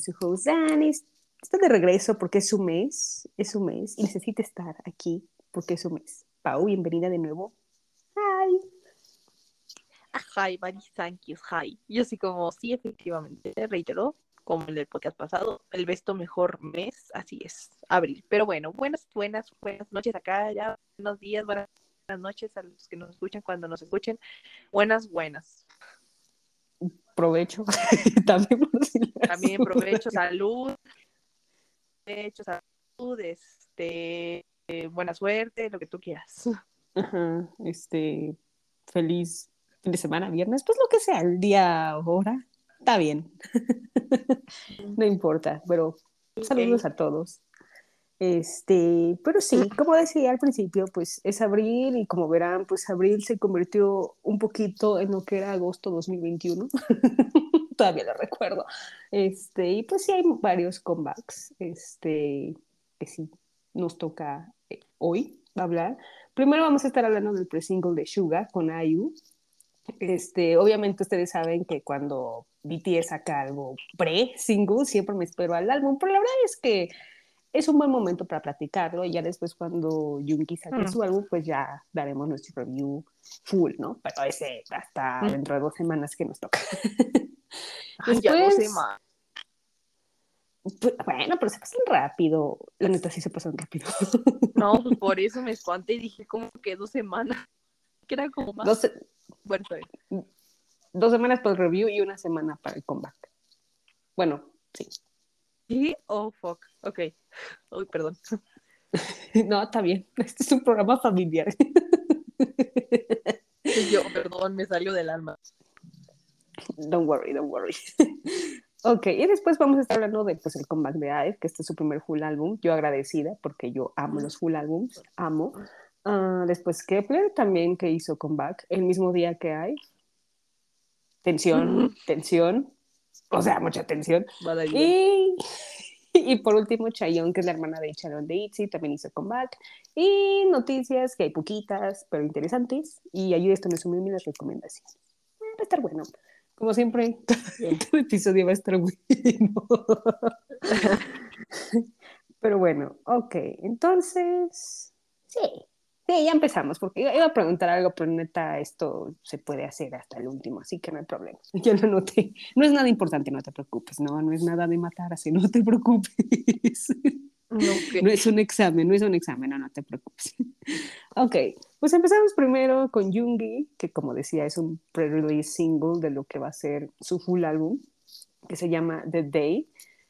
su host Dani. Está de regreso porque es su mes y necesita estar aquí porque es su mes. Pau, bienvenida de nuevo. Hi. Hi, Mari, thank you, hi. Yo así como, sí, efectivamente, reitero, como en el podcast pasado, el besto mejor mes, así es, abril. Pero bueno, buenas noches acá, ya, buenos días, buenas noches a los que nos escuchan cuando nos escuchen. Buenas. Provecho. También por decirlo así. También provecho, salud, buena suerte, lo que tú quieras. Ajá, feliz fin de semana, viernes, pues lo que sea, el día o hora, está bien. No importa, pero saludos Okay. a todos. Pero sí, como decía al principio, pues es abril y como verán, pues abril se convirtió un poquito en lo que era agosto 2021. Todavía lo recuerdo. Y pues sí hay varios comebacks, que sí nos toca hoy hablar. Primero vamos a estar hablando del pre-single de Suga con IU. Obviamente ustedes saben que cuando BTS saca algo pre-single, siempre me espero al álbum, pero la verdad es que es un buen momento para platicarlo y ya después cuando Junki saque su álbum, pues ya daremos nuestro review full, ¿no? Pero ese hasta dentro de 2 semanas que nos toca. Ay, ya 12 Después, más. pues, bueno, pero se pasan rápido. La neta sí se pasan rápido. No, pues por eso me espanté y dije, ¿cómo que 2 semanas? Que era como más. Dos, Bueno, está bien. 2 semanas para el review y una semana para el comeback. Bueno, sí. ¿Sí? Oh, fuck. Ok. Uy, perdón. No, está bien. Este es un programa familiar. Yo, perdón, me salió del alma. Don't worry, don't worry. Ok, y después vamos a estar hablando de pues, el comeback de IVE, que este es su primer full álbum. Yo agradecida porque yo amo los full álbums, amo. Después Kepler también que hizo comeback el mismo día que IVE. Tensión, tensión, o sea, mucha tensión. Vale, vida. Y, y por último, Chayanne, que es la hermana de Sharon de ITZY, también hizo comeback. Y noticias que hay poquitas, pero interesantes. Y ahí esto me sumé las recomendaciones. Va a estar bueno. Como siempre, Bien. cada episodio va a estar bueno. Pero bueno, ok. Entonces, sí. Sí, ya empezamos, porque iba a preguntar algo, pero neta, esto se puede hacer hasta el último, así que no hay problema. Ya lo noté. No es nada importante, no te preocupes. No es nada de matar, así no te preocupes. Ok. No es un examen, no te preocupes. Ok, pues empezamos primero con Yoongi, que como decía es un pre-release single de lo que va a ser su full álbum, que se llama The Day.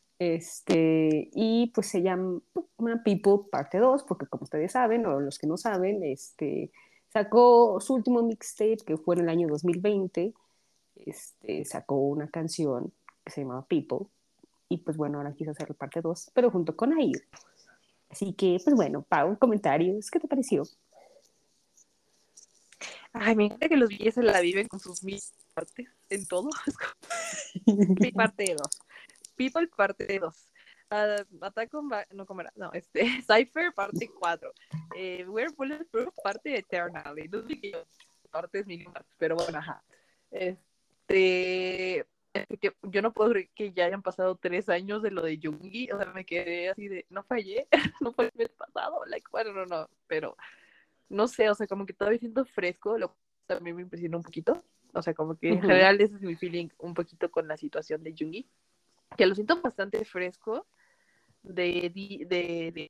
Y pues se llama People parte 2 porque como ustedes saben, o los que no saben, sacó su último mixtape, que fue en el año 2020, sacó una canción que se llamaba People, y pues bueno, ahora quiso hacer parte 2 pero junto con IU. Así que, pues bueno, Pau, comentarios, ¿qué te pareció? Ay, me encanta que los billetes se la viven con sus mil partes en todo. Parte 2. People parte 2. Attack on no, ¿cómo era? No, Cypher parte 4. We're Bulletproof parte Eternally. No sé qué partes mínimas, pero bueno, ajá. Que yo no puedo creer que ya hayan pasado 3 años de lo de Jungi, o sea, me quedé así de, no fallé, no fue el mes pasado, like, bueno, no, pero no sé, o sea, como que todavía siento fresco, lo que también me impresiona un poquito, o sea, como que en Ujú. general ese es mi feeling un poquito con la situación de Jungi, que lo siento bastante fresco, de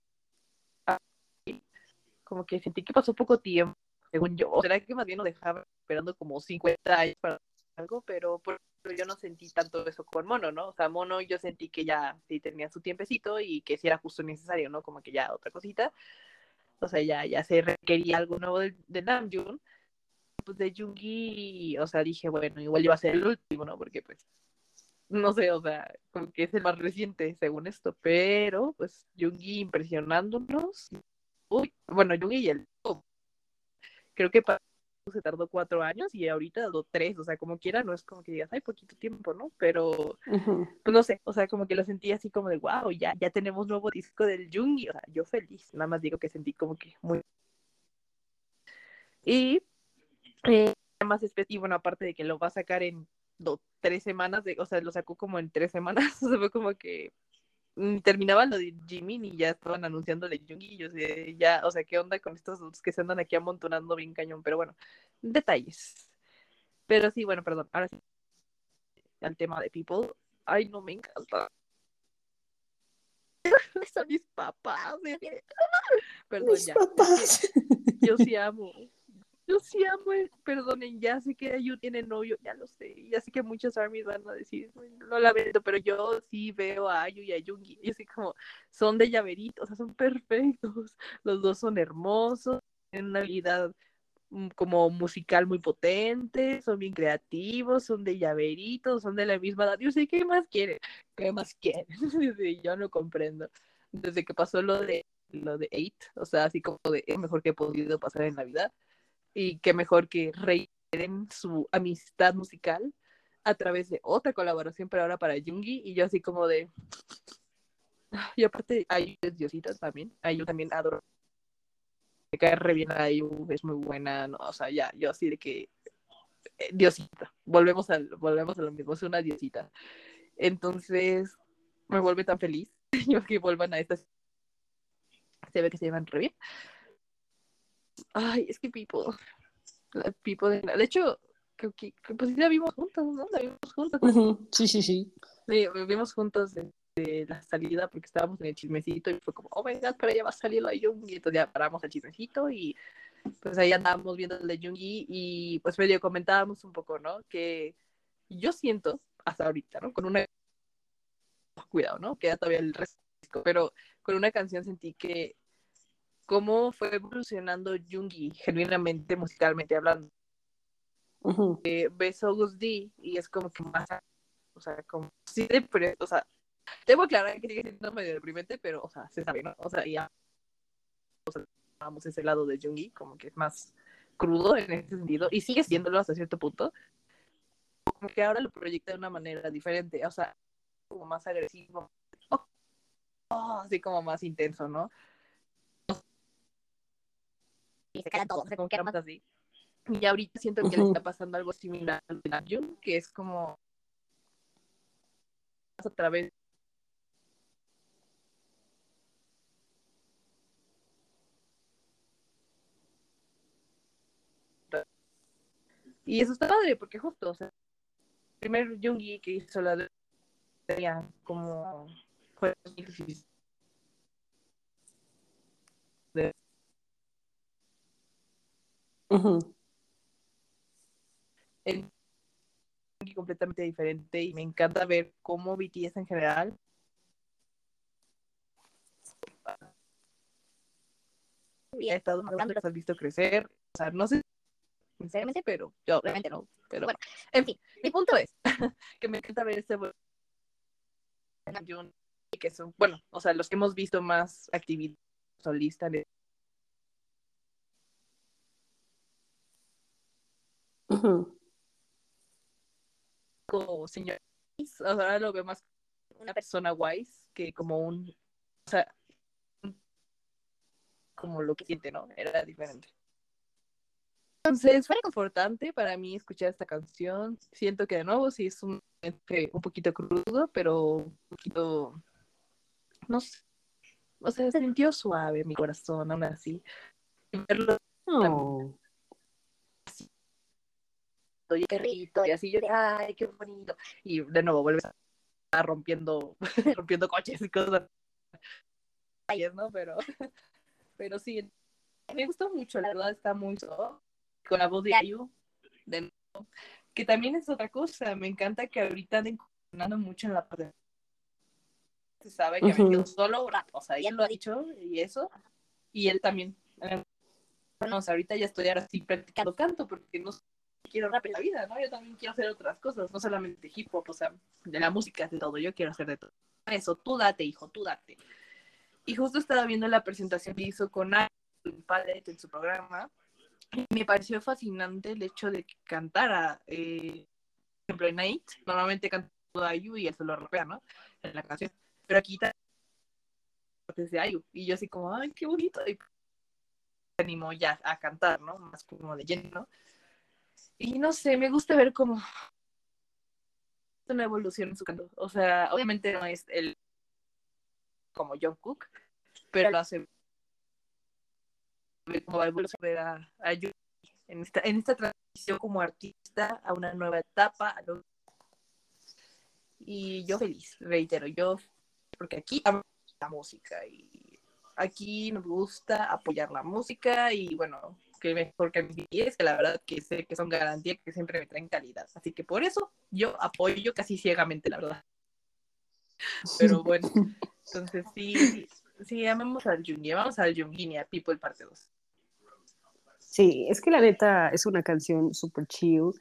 como que sentí que pasó poco tiempo, según yo, o será que más bien lo dejaba esperando como 50 años para algo, pero yo no sentí tanto eso con Mono, ¿no? O sea, Mono yo sentí que ya sí tenía su tiempecito y que sí era justo necesario, ¿no? Como que ya otra cosita, o sea, ya se requería algo nuevo de Namjoon, pues de Jungi, o sea, dije, bueno, igual iba a ser el último, ¿no? Porque pues, no sé, o sea, como que es el más reciente según esto, pero pues Jungi impresionándonos. Uy, bueno, Jungi y el creo que se tardó 4 años y ahorita tardó 3, o sea, como quiera, no es como que digas, ay, poquito tiempo, ¿no? Pero, Ujú. pues no sé, o sea, como que lo sentí así como de, wow, ya tenemos nuevo disco del Jungi, o sea, yo feliz, nada más digo que sentí como que muy... Y más específico, bueno, aparte de que lo va a sacar en 3 semanas, o sea, lo sacó como en 3 semanas, o sea, fue como que terminaba lo de Jimin y ya estaban anunciando de Yoongi y yo sé, ya, o sea, ¿qué onda con estos dos que se andan aquí amontonando bien cañón? Pero bueno, detalles. Pero sí, bueno, perdón, ahora sí, al tema de People, ay, no me encanta. Son mis papás, perdón, Mis ya, es que papás. yo sí amo. Yo sí amo, perdonen, ya sé que Ayu tiene novio, ya lo sé, ya sé que muchos armies van a decir, lo lamento, pero yo sí veo a Ayu y a Yoongi, y así como, son de llaveritos, o sea, son perfectos, los dos son hermosos, tienen una habilidad como musical muy potente, son bien creativos, son de llaveritos, son de la misma edad, yo sé, ¿qué más quieren? ¿Qué más quieren? Sí, yo no comprendo, desde que pasó lo de Eight, o sea, así como de, es mejor que he podido pasar en la vida, y qué mejor que reiteren su amistad musical a través de otra colaboración, pero ahora para Jungi, y yo así como de... Y aparte, Ayu es diosita también, Ayu también adoro, me cae re bien a Ayu, es muy buena, no, o sea, ya, yo así de que diosita, volvemos a lo mismo, es una diosita. Entonces, me vuelve tan feliz yo que vuelvan a estas, se ve que se llevan re bien. Ay, es que de hecho, creo que pues sí la vimos juntos, ¿no? La vimos juntos. Sí, sí, sí. Sí, vivimos juntos de la salida porque estábamos en el chismecito y fue como, oh my god, pero ya va a salir la Yoongi. Entonces ya paramos el chismecito y pues ahí andábamos viendo el de Yoongi y pues medio comentábamos un poco, ¿no? Que yo siento, hasta ahorita, ¿no? Con una, cuidado, ¿no? Queda todavía el resto, pero con una canción sentí que cómo fue evolucionando Yoongi genuinamente musicalmente hablando. Ujú. Ves August D y es como que más, o sea, como sí, o sea, debo aclarar que sigue siendo medio deprimente, pero, o sea, se sabe, ¿no? O sea, ya vamos ese lado de Jungi, como que es más crudo en ese sentido, y sigue siéndolo hasta cierto punto, como que ahora lo proyecta de una manera diferente, o sea, como más agresivo, así como más intenso, ¿no? Y se calan todos, o sea, como que era más así. Y ahorita siento que le está Ujú. pasando algo similar a Jun, que es como a través y eso está padre, porque justo, o sea, el primer Jungi que hizo la de como fue Ujú. en completamente diferente y me encanta ver cómo BTS en general ha estado madurando, las has visto crecer, o sea, no sé sinceramente, pero yo obviamente no, pero bueno, en fin, mi punto es que me encanta ver este y que son, bueno, o sea, los que hemos visto más actividades solistas Ujú. como señor, o sea, ahora lo veo más como una persona wise que como o sea, como lo que siente, ¿no? Era diferente. Entonces fue reconfortante para mí escuchar esta canción. Siento que de nuevo sí es un poquito crudo, pero un poquito, no sé, o sea, se sintió suave mi corazón aún así. Y verlo Oh. y perrito y así yo de, ay, qué bonito. Y de nuevo vuelves a estar rompiendo, rompiendo coches y cosas, ¿no? Pero sí, me gustó mucho, la verdad está muy con la voz de Ayu, de, que también es otra cosa. Me encanta que ahorita anden incursionando mucho en la parte se sabe que ha metido Ujú. solo rap, o sea, ella lo ha dicho y eso, y él también. Bueno, o sea, ahorita ya estoy ahora sí practicando canto porque no quiero rap en la vida, ¿no? Yo también quiero hacer otras cosas, no solamente hip hop, o sea, de la música, de todo, yo quiero hacer de todo. Eso, tú date, hijo, tú date. Y justo estaba viendo la presentación que hizo con Palette en su programa, y me pareció fascinante el hecho de que cantara, por ejemplo, en Night, normalmente canta Ayu y él se lo rapea, ¿no? En la canción. Pero aquí partes de Ayu. Y yo así como, ay, qué bonito. Y se animó ya a cantar, ¿no? Más como de lleno. Y no sé, me gusta ver cómo una evolución en su canto. O sea, obviamente no es el como Jungkook, pero lo hace como va a evolucionar a Yuri en esta transición como artista a una nueva etapa. Y yo feliz, reitero, yo, porque aquí amo la música y aquí nos gusta apoyar la música y bueno, que mejor que mis BTS, que la verdad que sé que son garantía que siempre me traen calidad. Así que por eso yo apoyo casi ciegamente, la verdad. Pero bueno, entonces sí, amamos al Jungi, vamos al Jungi a People parte 2. Sí, es que la neta es una canción súper chill.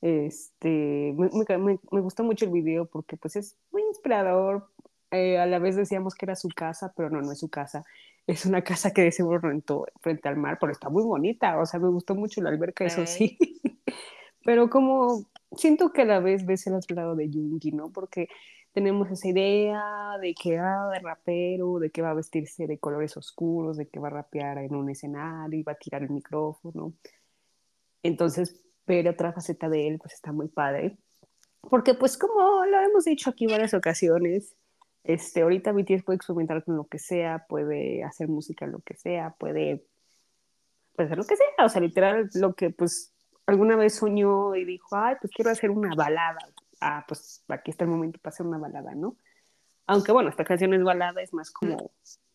Me gusta mucho el video porque pues es muy inspirador. A la vez decíamos que era su casa, pero no, no es su casa. Es una casa que de seguro rentó frente al mar, pero está muy bonita. O sea, me gustó mucho la alberca, eso sí. Pero como siento que a la vez ves el otro lado de Yoongi, ¿no? Porque tenemos esa idea de que, de rapero, de que va a vestirse de colores oscuros, de que va a rapear en un escenario y va a tirar el micrófono. Entonces, ver otra faceta de él, pues está muy padre. Porque, pues, como lo hemos dicho aquí varias ocasiones, ahorita BTS puede experimentar con lo que sea, puede hacer música en lo que sea, puede hacer lo que sea, o sea, literal, lo que, pues, alguna vez soñó y dijo, ay, pues quiero hacer una balada. Ah, pues aquí está el momento para hacer una balada, ¿no? Aunque, bueno, esta canción es balada, es más como,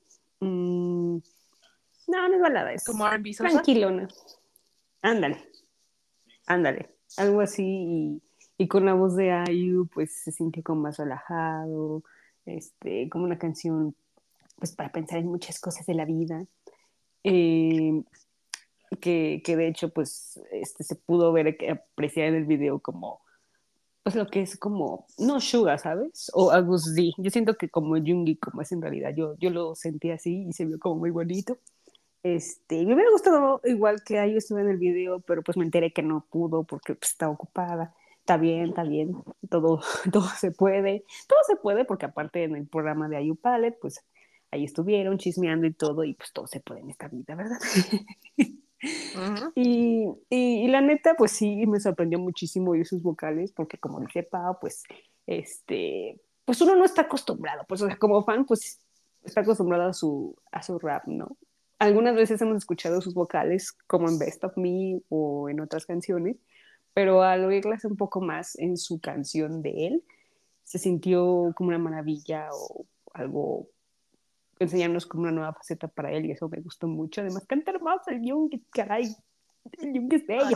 no, no es balada, Como es R&B Sosa. tranquilona. Ándale, ándale, algo así y con la voz de IU pues se sintió como más relajado, como una canción pues para pensar en muchas cosas de la vida, eh, que de hecho pues se pudo ver, apreciar en el video como pues lo que es como, no Suga, ¿sabes? O Agus D. Yo siento que como Jungi, como es en realidad, yo lo sentí así y se vio como muy bonito. Me hubiera gustado igual que ahí estuve en el video, pero pues me enteré que no pudo porque pues, estaba ocupada. Está bien, todo, todo se puede porque aparte en el programa de IU Palette, pues ahí estuvieron chismeando y todo, y pues todo se puede en esta vida, ¿verdad? Uh-huh. Y la neta, pues sí, me sorprendió muchísimo oír sus vocales, porque como dice Pau, pues uno no está acostumbrado, pues o sea, como fan, pues está acostumbrado a su rap, ¿no? Algunas veces hemos escuchado sus vocales como en Best of Me o en otras canciones, pero al oírlas un poco más en su canción de él, se sintió como una maravilla o algo, enseñarnos como una nueva faceta para él y eso me gustó mucho. Además, canta hermoso el Jung, caray, el Jung es bello.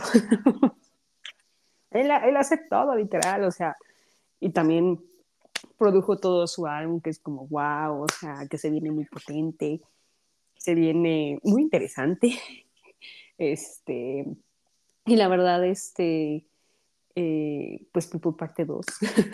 Él hace todo, literal, o sea, y también produjo todo su álbum, que es como wow, o sea, que se viene muy potente, se viene muy interesante. Este, y la verdad, pues People parte 2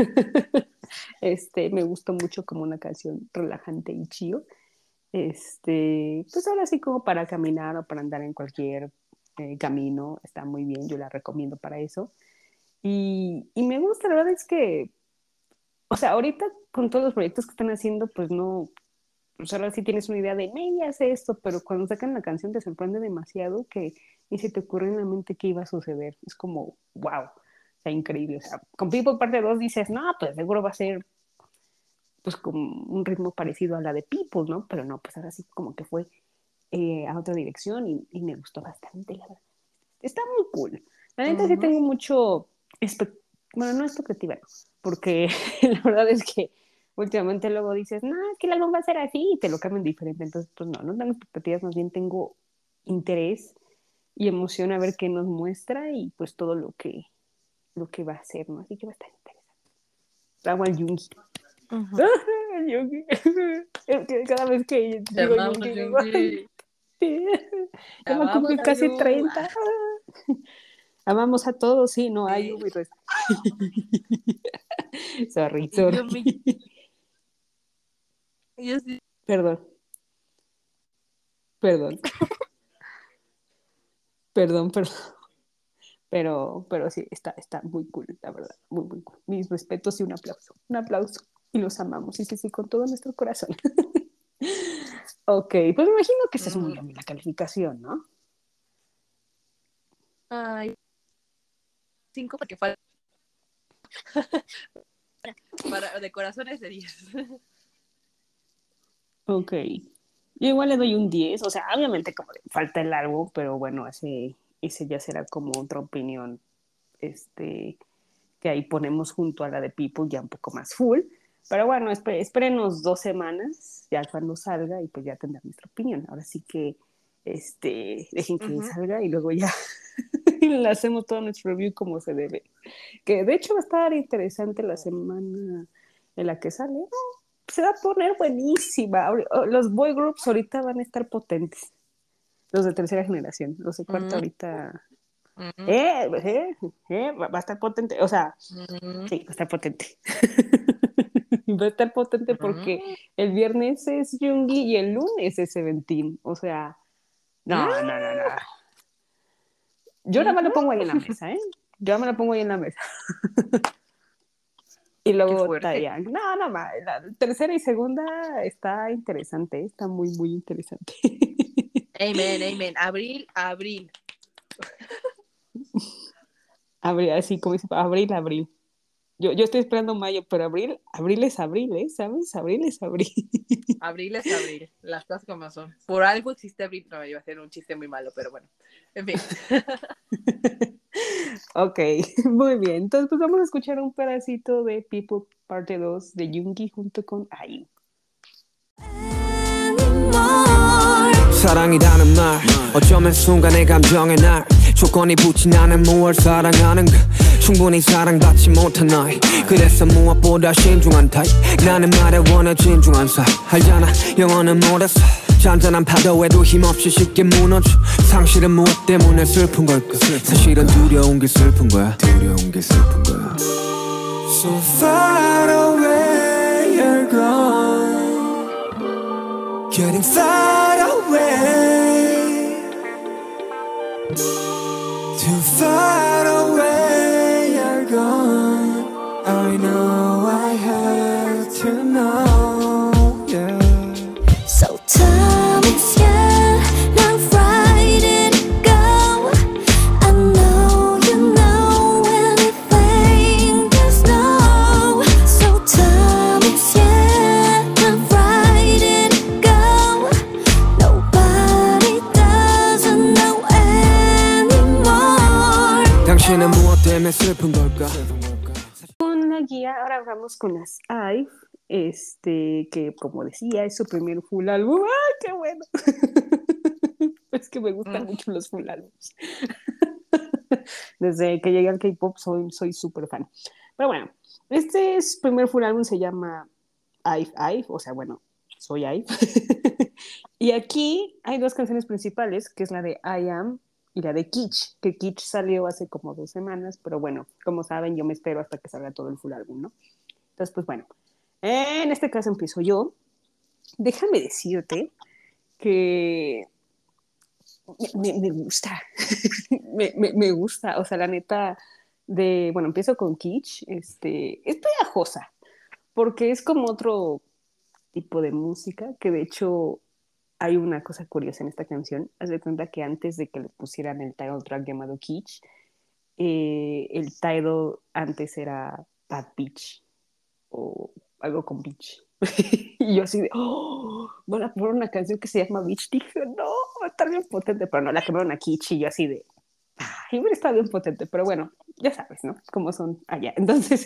me gustó mucho como una canción relajante y chill. Pues ahora sí como para caminar o para andar en cualquier camino, está muy bien, yo la recomiendo para eso. Y me gusta, la verdad es que, o sea, ahorita con todos los proyectos que están haciendo, pues no, pues ahora sí tienes una idea de, me hace esto, pero cuando sacan la canción te sorprende demasiado que ni se te ocurre en la mente qué iba a suceder. Es como, wow, o sea, increíble. O sea, con People parte 2 dices, no, pues seguro va a ser pues con un ritmo parecido a la de People, ¿no? Pero no, pues ahora sí como que fue a otra dirección y me gustó bastante, la verdad. Está muy cool. La neta sí Uh-huh. tengo mucho, bueno, no expectativa, no, porque la verdad es que últimamente luego dices, no, es que el álbum va a ser así y te lo cambian diferente. Entonces, pues no, no tengo expectativas, más bien tengo interés y emoción a ver qué nos muestra y pues todo lo que va a hacer, ¿no? Así que va a estar interesante. Hago al Jungi. Uh-huh. El Jungi. Cada vez que Te digo amamos, Jungi, digo, Jungi. Te ya va a amamos, cumplir casi Ayu. 30. Amamos a todos, sí, no hay un sorry, Y sorry. yo sí. Perdón, perdón, perdón. Pero sí, está muy cool, la verdad, muy, muy cool. Mis respetos y un aplauso, un aplauso. Y los amamos, sí, sí, sí, con todo nuestro corazón. Ok, pues me imagino que esta es muy grande la calificación, ¿no? Ay, 5 porque falta. de corazones de 10. Ok. Yo igual le doy un 10. O sea, obviamente como falta el álbum, pero bueno, ese ya será como otra opinión, que ahí ponemos junto a la de People, ya un poco más full. Pero bueno, espérenos 2 semanas, ya cuando salga, y pues ya tendrá nuestra opinión. Ahora sí que dejen que Uh-huh. salga y luego ya le hacemos todo nuestro review como se debe. Que de hecho va a estar interesante la semana en la que sale. Se va a poner buenísima. Los boy groups ahorita van a estar potentes. Los de tercera generación. Los de cuarta Uh-huh. ahorita. Uh-huh. Va a estar potente. O sea, Uh-huh. sí, va a estar potente. Va a estar potente porque el viernes es Jungi y el lunes es Seventeen. O sea, no, no, no, no. Yo nada más lo Uh-huh. pongo ahí en la mesa, ¿eh? Yo me lo pongo ahí en la mesa. Y Qué luego fuerte. Taeyang. No, no, la tercera y segunda está interesante, está muy, muy interesante. Amen, amen. Abril, abril. Abril, así como dice, abril, abril. Yo estoy esperando mayo, pero abril es abril, ¿eh? ¿Sabes? Abril es abril. Abril es abril. Las cosas como son. Por algo existe abril. No, iba a ser un chiste muy malo, pero bueno. En fin. Ok, muy bien. Entonces, pues vamos a escuchar un pedacito de People parte 2 de Yoongi junto con IU. 사랑이라는 말 어쩌면 순간의 감정의 날 조건이 붙인 나는 무얼 사랑하는가 충분히 사랑받지 못한 나이 그래서 무엇보다 신중한 타입 나는 말에 원해 진중한 사 알잖아 영어는 못했어 잔잔한 파도에도 힘없이 쉽게 무너져 상실은 무엇 때문에 슬픈 걸까 사실은 두려운 게 슬픈 거야 두려운 게 슬픈 거야 So far away you're gone Getting far away Too far away you're gone I know I have to know yeah. So time is young, now write it go I know you know anything there's no So time is young, now write it go Nobody doesn't know anymore 당신은 무엇 때문에 슬픈 걸까 Con la guía, ahora vamos con las IVE, que como decía, es su primer full álbum. ¡Ay, qué bueno! Es que me gustan mucho los full álbums. Desde que llegué al K-pop soy súper fan. Pero bueno, primer full álbum se llama IVE, o sea, bueno, soy IVE. Y aquí hay dos canciones principales, que es la de I Am y la de Kitsch, que Kitsch salió hace como 2 semanas, pero bueno, como saben, yo me espero hasta que salga todo el full álbum, ¿no? Entonces, pues bueno, en este caso empiezo yo. Déjame decirte que me gusta, me gusta, o sea, la neta, bueno, empiezo con Kitsch, es pegajosa, porque es como otro tipo de música, que de hecho hay una cosa curiosa en esta canción. Haz de cuenta que antes de que le pusieran el title track llamado Kitsch, el title antes era Bad Beach o algo con Beach. Y yo así de, oh, van a poner una canción que se llama Beach. Dije, no, va a estar bien potente, pero no, la cambiaron a Kitsch y yo así de, igual está bien potente, pero bueno, ya sabes, ¿no? Cómo son allá. Entonces,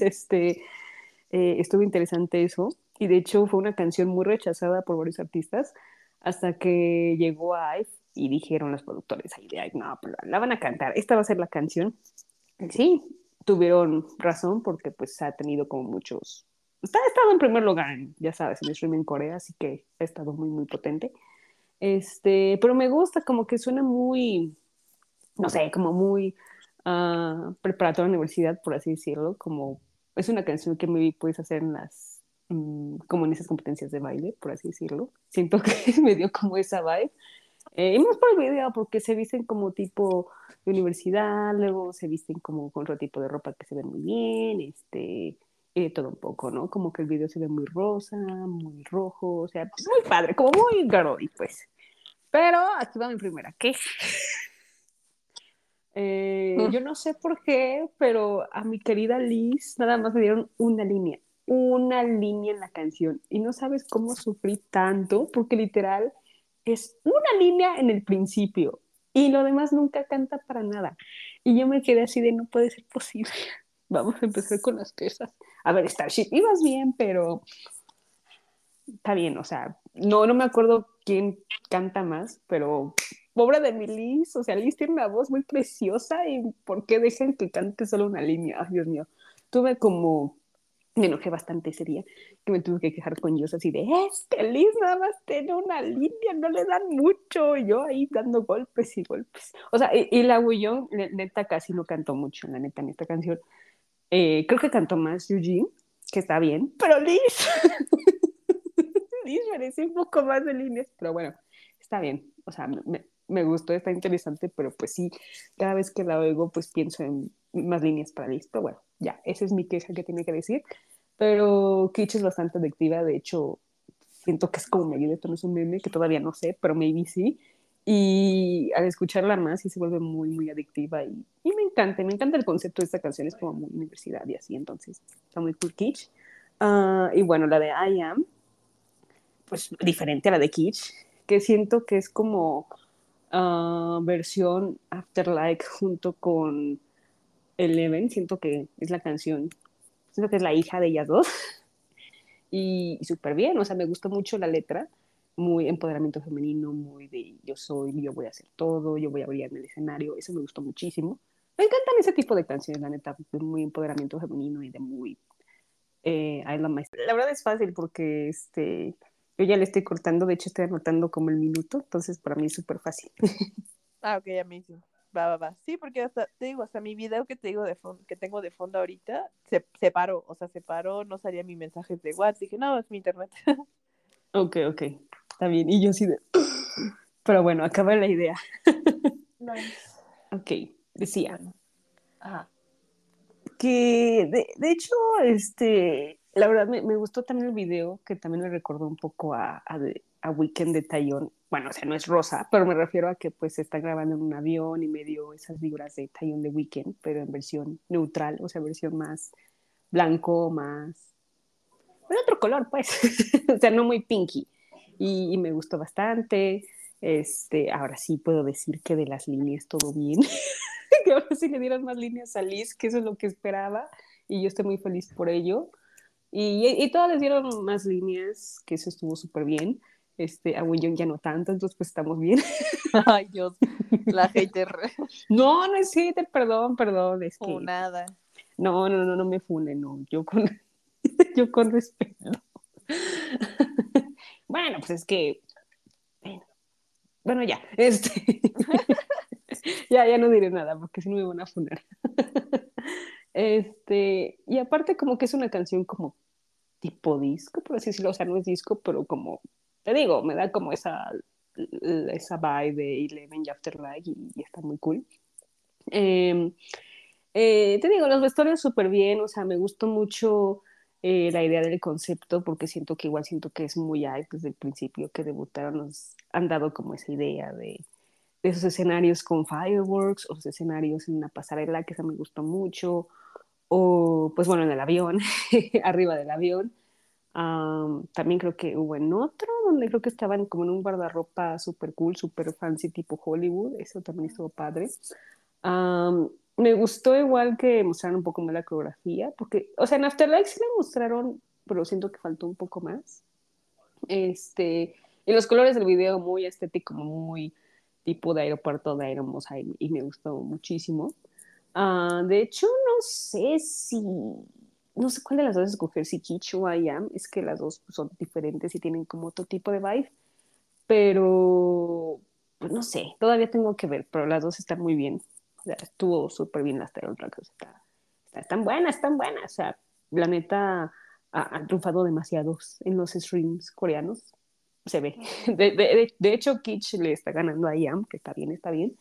estuvo interesante eso. Y de hecho fue una canción muy rechazada por varios artistas hasta que llegó a IVE y dijeron los productores ahí de, ay, no, pues la van a cantar, esta va a ser la canción. Y sí, tuvieron razón porque pues ha tenido como muchos... Ha estado en primer lugar, ya sabes, en el streaming en Corea, así que ha estado muy, muy potente. Pero me gusta como que suena muy, no sé, como muy preparatoria universidad, por así decirlo, como es una canción que me puedes hacer en como en esas competencias de baile, por así decirlo. Siento que me dio como esa vibe. Y más por el video, porque se visten como tipo de universidad, luego se visten como con otro tipo de ropa que se ven muy bien, todo un poco, ¿no? Como que el video se ve muy rosa, muy rojo, o sea, muy padre, como muy girly, pues. Pero aquí va mi primera queja. Yo no sé por qué, pero a mi querida Liz nada más me dieron una línea. una línea en la canción y no sabes cómo sufrí tanto porque literal es una línea en el principio y lo demás nunca canta para nada. Y yo me quedé así de no puede ser posible. Vamos a empezar con las quejas. A ver, Starship, ibas bien, pero está bien, o sea, no me acuerdo quién canta más, pero pobre de mi Liz, o sea, Liz tiene una voz muy preciosa y ¿por qué dejan que cante solo una línea? Ay, Dios mío, tuve como, me enojé bastante ese día, que me tuve que quejar con Dios así de, es que Liz nada más tiene una línea, no le dan mucho, y yo ahí dando golpes y golpes. O sea, y la Guillón, neta, casi no cantó mucho, la neta, en esta canción. Creo que cantó más Eugene, que está bien, pero Liz... Liz merece un poco más de líneas, pero bueno, está bien. O sea, me gustó, está interesante, pero pues sí, cada vez que la oigo, pues pienso en más líneas para Liz. Pero bueno, ya, esa es mi queja que tiene que decir. Pero Kitsch es bastante adictiva, de hecho, siento que es como medio de tono, es un meme que todavía no sé, pero maybe sí. Y al escucharla más, sí se vuelve muy, muy adictiva y me encanta el concepto de esta canción, es como muy universidad y así, entonces está muy cool Kitsch. Y bueno, la de I Am, pues diferente a la de Kitsch, que siento que es como versión Afterlife junto con Eleven, siento que es la canción, siento que es la hija de ellas dos, y súper bien, o sea, me gustó mucho la letra, muy empoderamiento femenino, muy de yo soy, yo voy a hacer todo, yo voy a brillar en el escenario, eso me gustó muchísimo. Me encantan ese tipo de canciones, la neta, de muy empoderamiento femenino y de muy I love myself. La verdad es fácil porque yo ya le estoy cortando, de hecho estoy anotando como el minuto, entonces para mí es súper fácil. Ah, ok, amazing. Va, va, va. Sí, porque hasta, te digo, hasta mi video que te digo de fondo, que tengo de fondo ahorita, se paró, o sea, se paró, no salía mi mensaje de WhatsApp, dije, no, es mi internet. Ok, ok, está bien. Y yo sí de... Pero bueno, acaba la idea. Nice. Ok, decía Bueno. Ajá. que de hecho, la verdad me gustó también el video, que también me recordó un poco a Weekend de Taeyong. Bueno, o sea, no es rosa, pero me refiero a que pues se está grabando en un avión y me dio esas vibras de Taeyong de Weekend, pero en versión neutral, o sea, versión más blanco, más... Pero otro color, pues. O sea, no muy pinky. Y me gustó bastante. Ahora sí puedo decir que de las líneas todo bien. Que ahora sí le dieran más líneas a Liz, que eso es lo que esperaba. Y yo estoy muy feliz por ello. Y todas les dieron más líneas, que eso estuvo súper bien. A Young ya no tanto, entonces pues estamos bien. Ay, Dios, la hater. No, no es hater, perdón, perdón. Es O que nada. no me funen, no. Yo con respeto. Bueno, pues es que bueno, ya, ya no diré nada porque si no me van a funar. Y aparte como que es una canción como tipo disco, por así decirlo, o sea, no es disco, pero como, te digo, me da como esa vibe de Eleven y Afterlife y está muy cool. Eh, Te digo, los vestuarios súper bien, o sea, me gustó mucho la idea del concepto porque siento que es muy hype desde el principio que debutaron, nos han dado como esa idea de esos escenarios con fireworks, o esos escenarios en una pasarela, que esa me gustó mucho, o pues bueno, en el avión, arriba del avión. También creo que hubo en otro, donde creo que estaban como en un guardarropa súper cool, súper fancy, tipo Hollywood, eso también estuvo padre. Me gustó igual que mostraron un poco más la coreografía, porque, o sea, en Afterlife sí la mostraron, pero siento que faltó un poco más. Y los colores del video muy estético, muy tipo de aeropuerto de Aeromosa y me gustó muchísimo. De hecho, no sé cuál de las dos escoger, si Kitsch o I Am, es que las dos son diferentes y tienen como otro tipo de vibe, pero pues no sé, todavía tengo que ver, pero las dos están muy bien. O sea, estuvo súper bien las Taylor Tracks, están buenas, o sea, la neta han triunfado demasiados en los streams coreanos, se ve. De hecho, Kitsch le está ganando a IAM, que está bien, está bien.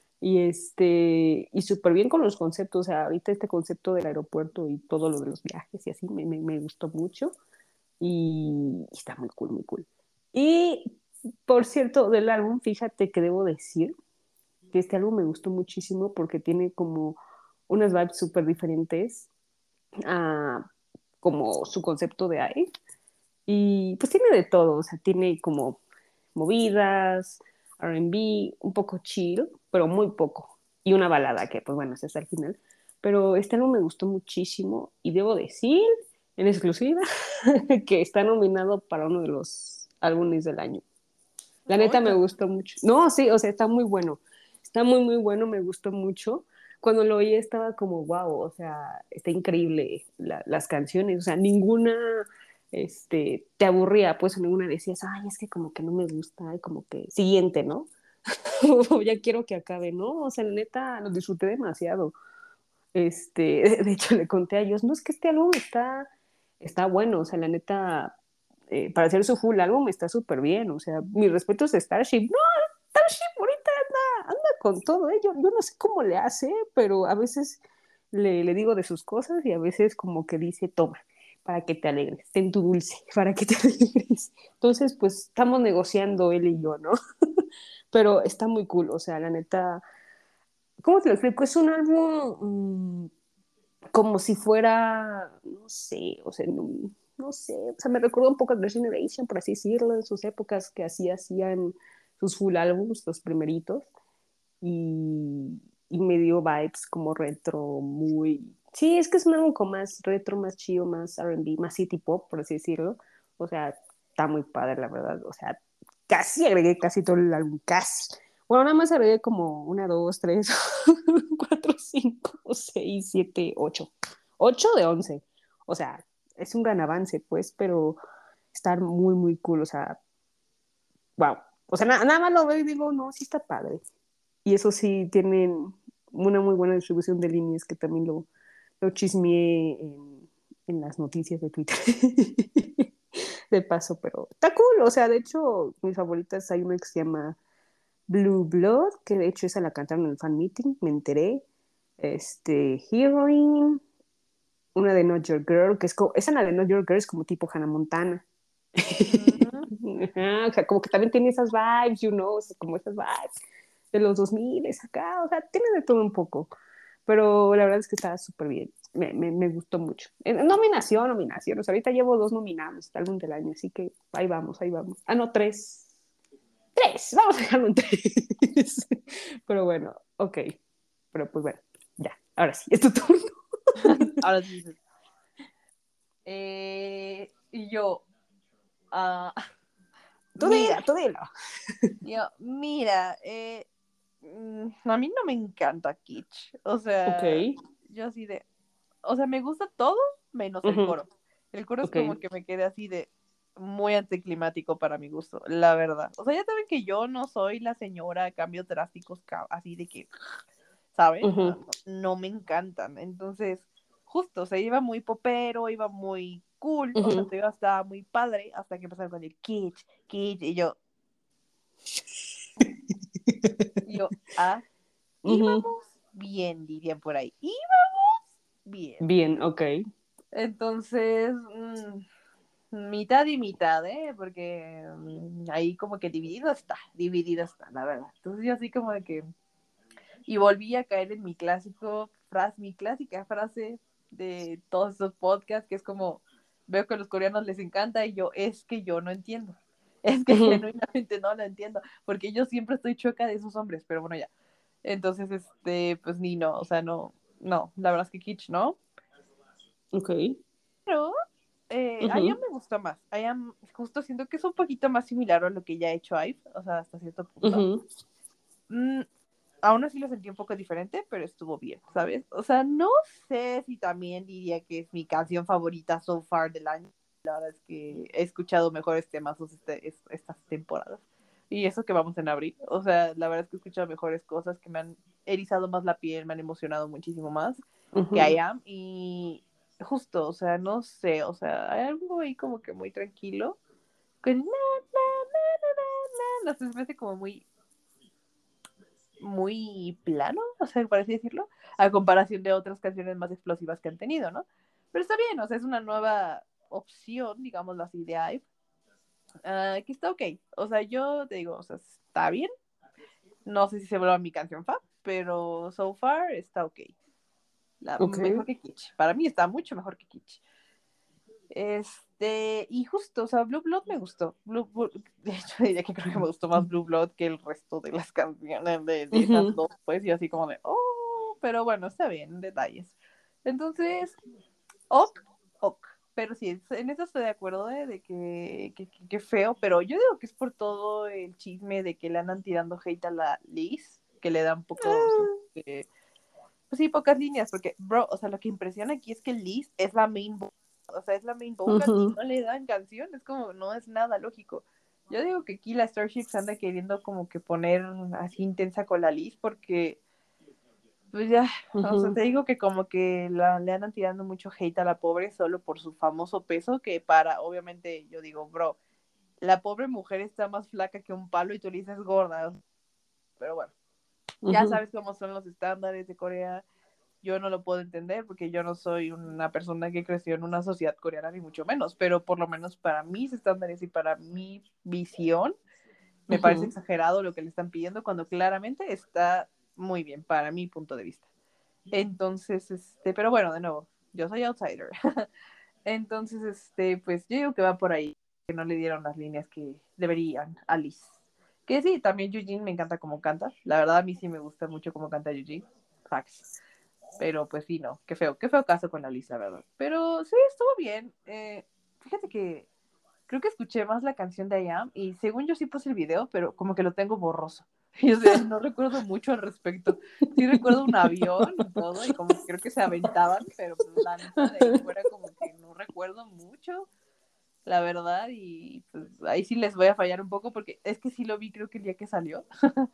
Y súper bien con los conceptos, o sea, ahorita este concepto del aeropuerto y todo lo de los viajes y así me gustó mucho y está muy cool, muy cool. Y por cierto, del álbum, fíjate que debo decir que este álbum me gustó muchísimo porque tiene como unas vibes súper diferentes a como su concepto de IVE. Y pues tiene de todo, o sea, tiene como movidas, R&B, un poco chill, pero muy poco. Y una balada que, pues bueno, esa es al final. Pero este álbum me gustó muchísimo y debo decir, en exclusiva, que está nominado para uno de los álbumes del año. La neta me Oiga. gustó mucho. No, sí, o sea, está muy bueno. Está muy, muy bueno, me gustó mucho. Cuando lo oí estaba como, wow, o sea, está increíble las canciones, o sea, ninguna te aburría, pues ninguna decías, ay, es que como que no me gusta, y como que siguiente, ¿no? Ya quiero que acabe, ¿no? O sea, neta, lo disfruté demasiado. De hecho, le conté a ellos, no, es que este álbum está bueno, o sea, la neta, para hacer su full álbum está súper bien, o sea, mis respetos de Starship, no, Starship ahorita anda con todo, ¿eh? Yo no sé cómo le hace, pero a veces le digo de sus cosas y a veces como que dice, toma, para que te alegres, ten tu dulce, para que te alegres. Entonces, pues estamos negociando él y yo, ¿no? Pero está muy cool, o sea, la neta, ¿cómo te lo explico? Es un álbum como si fuera, no sé, o sea, no sé, o sea, me recuerda un poco a Girls' Generation, por así decirlo, en sus épocas que así hacían sus full álbums, los primeritos, y me dio vibes como retro, muy... Sí, es que es un álbum como más retro, más chido, más R&B, más city pop, por así decirlo, o sea, está muy padre, la verdad, o sea, casi agregué casi todo el álbum, casi. Bueno, nada más agregué como una, dos, tres, cuatro, cinco, seis, siete, ocho. Ocho de 11. O sea, es un gran avance, pues, pero está muy, muy cool. O sea, wow. O sea, nada más lo veo y digo, no, sí está padre. Y eso sí, tienen una muy buena distribución de líneas que también lo chismeé en las noticias de Twitter. De paso, pero está cool. O sea, de hecho, mis favoritas hay una que se llama Blue Blood, que de hecho esa la cantaron en el fan meeting, me enteré. Heroine, una de Not Your Girl, que es como, esa la de Not Your Girl es como tipo Hannah Montana. Ujú. Ajá, o sea, como que también tiene esas vibes, como esas vibes de los 2000 acá, o sea, tiene de todo un poco, pero la verdad es que está súper bien, me gustó mucho. Nominación, o sea, ahorita llevo 2 nominados, álbum del año, así que ahí vamos, ahí vamos. Ah, no, tres, vamos a dejarlo en tres. Pero bueno, ok, pero pues bueno, ya, ahora sí, es tu turno. Ahora sí dices. Y yo, ah, Tú mira, dila, tú dila. mira, a mí no me encanta Kitsch. O Ok, sea, yo así de, o sea, me gusta todo menos el ujú, coro. El coro es ok, como que me quedé así de muy anticlimático para mi gusto, la verdad. O sea, ya saben que yo no soy la señora cambios drásticos, así de que, ¿saben? ujú, No me encantan. Entonces, justo, se iba muy popero, iba muy cool, o sea, ujú. estaba muy padre hasta que empezaron con el kitsch, kitsch, y yo, Ujú. íbamos bien, dirían por ahí, íbamos bien. Bien, ok. Entonces, mitad y mitad, ¿eh? Porque ahí como que dividido está, la verdad. Entonces yo así como de que, y volví a caer en mi clásica frase de todos esos podcasts, que es como, veo que a los coreanos les encanta y yo, es que yo no entiendo. Es que Ujú, genuinamente no lo entiendo, porque yo siempre estoy chueca de esos hombres, pero bueno, ya. Entonces, pues ni no, o sea, no, no, la verdad es que Kitsch, ¿no? ok. Pero I Am Ujú, me gustó más. I Am, justo siento que es un poquito más similar a lo que ya ha hecho IVE, o sea, hasta cierto punto. ujú, Mm, Aún así lo sentí un poco diferente, pero estuvo bien, ¿sabes? O sea, no sé si también diría que es mi canción favorita so far del año. La verdad es que he escuchado mejores temas estas temporadas. Y eso que vamos en abril. O sea, la verdad es que he escuchado mejores cosas que me han erizado más la piel, me han emocionado muchísimo más que I ujú. Am. Y justo, o sea, no sé, o sea, hay algo ahí como que muy tranquilo. Que no sé, se me hace como muy plano, o sea, por así decirlo, a comparación de otras canciones más explosivas que han tenido, ¿no? Pero está bien, o sea, es una nueva opción, digámoslo así, de IVE, que está ok. O sea, yo te digo, o sea, está bien. No sé si se vuelva mi canción fa, pero so far está ok. Ok. Mejor que Kitsch. Para mí está mucho mejor que Kitsch. Y justo, o sea, Blue Blood me gustó. De hecho, diría que creo que me gustó más Blue Blood que el resto de las canciones de esas dos, pues, y así como de, oh, pero bueno, está bien, detalles. Entonces, ok, ok. Pero sí, en eso estoy de acuerdo de que feo, pero yo digo que es por todo el chisme de que le andan tirando hate a la Liz, que le dan poco, pues sí, pocas líneas, porque, bro, o sea, lo que impresiona aquí es que Liz es la main vocal, o sea, es la main vocal y no le dan canción, es como, no es nada lógico. Yo digo que aquí la Starship se anda queriendo como que poner así intensa con la Liz, porque pues ya, o sea, te digo que como que le andan tirando mucho hate a la pobre solo por su famoso peso, que para, obviamente, yo digo, bro, la pobre mujer está más flaca que un palo y tú le dices gorda, pero bueno, ya sabes cómo son los estándares de Corea, yo no lo puedo entender porque yo no soy una persona que creció en una sociedad coreana ni mucho menos, pero por lo menos para mis estándares y para mi visión, me parece exagerado lo que le están pidiendo cuando claramente está muy bien para mi punto de vista. Entonces, pero bueno, de nuevo, yo soy outsider. Entonces, pues yo digo que va por ahí, que no le dieron las líneas que deberían a Liz. Que sí, también Eugene me encanta cómo canta. La verdad, a mí sí me gusta mucho cómo canta Eugene. Facts. Pero pues sí, no, qué feo caso con la Liz, la verdad. Pero sí, estuvo bien. Fíjate que creo que escuché más la canción de I Am y según yo sí puse el video, pero como que lo tengo borroso. Y o sea, no recuerdo mucho al respecto. Sí recuerdo un avión y todo, y como que creo que se aventaban, pero pues, la neta de ahí fuera como que no recuerdo mucho, la verdad, y pues ahí sí les voy a fallar un poco porque es que sí lo vi creo que el día que salió.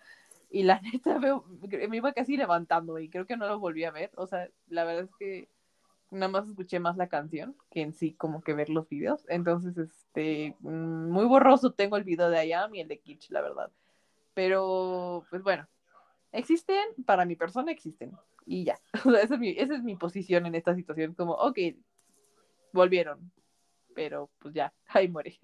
Y la neta me iba casi levantando y creo que no lo volví a ver. O sea, la verdad es que nada más escuché más la canción que en sí como que ver los videos. Entonces, muy borroso tengo el video de I Am y el de Kitsch, la verdad. Pero, pues bueno, existen, para mi persona existen. Y ya. O sea, esa es mi posición en esta situación. Como, ok, volvieron. Pero, pues ya, ahí muere.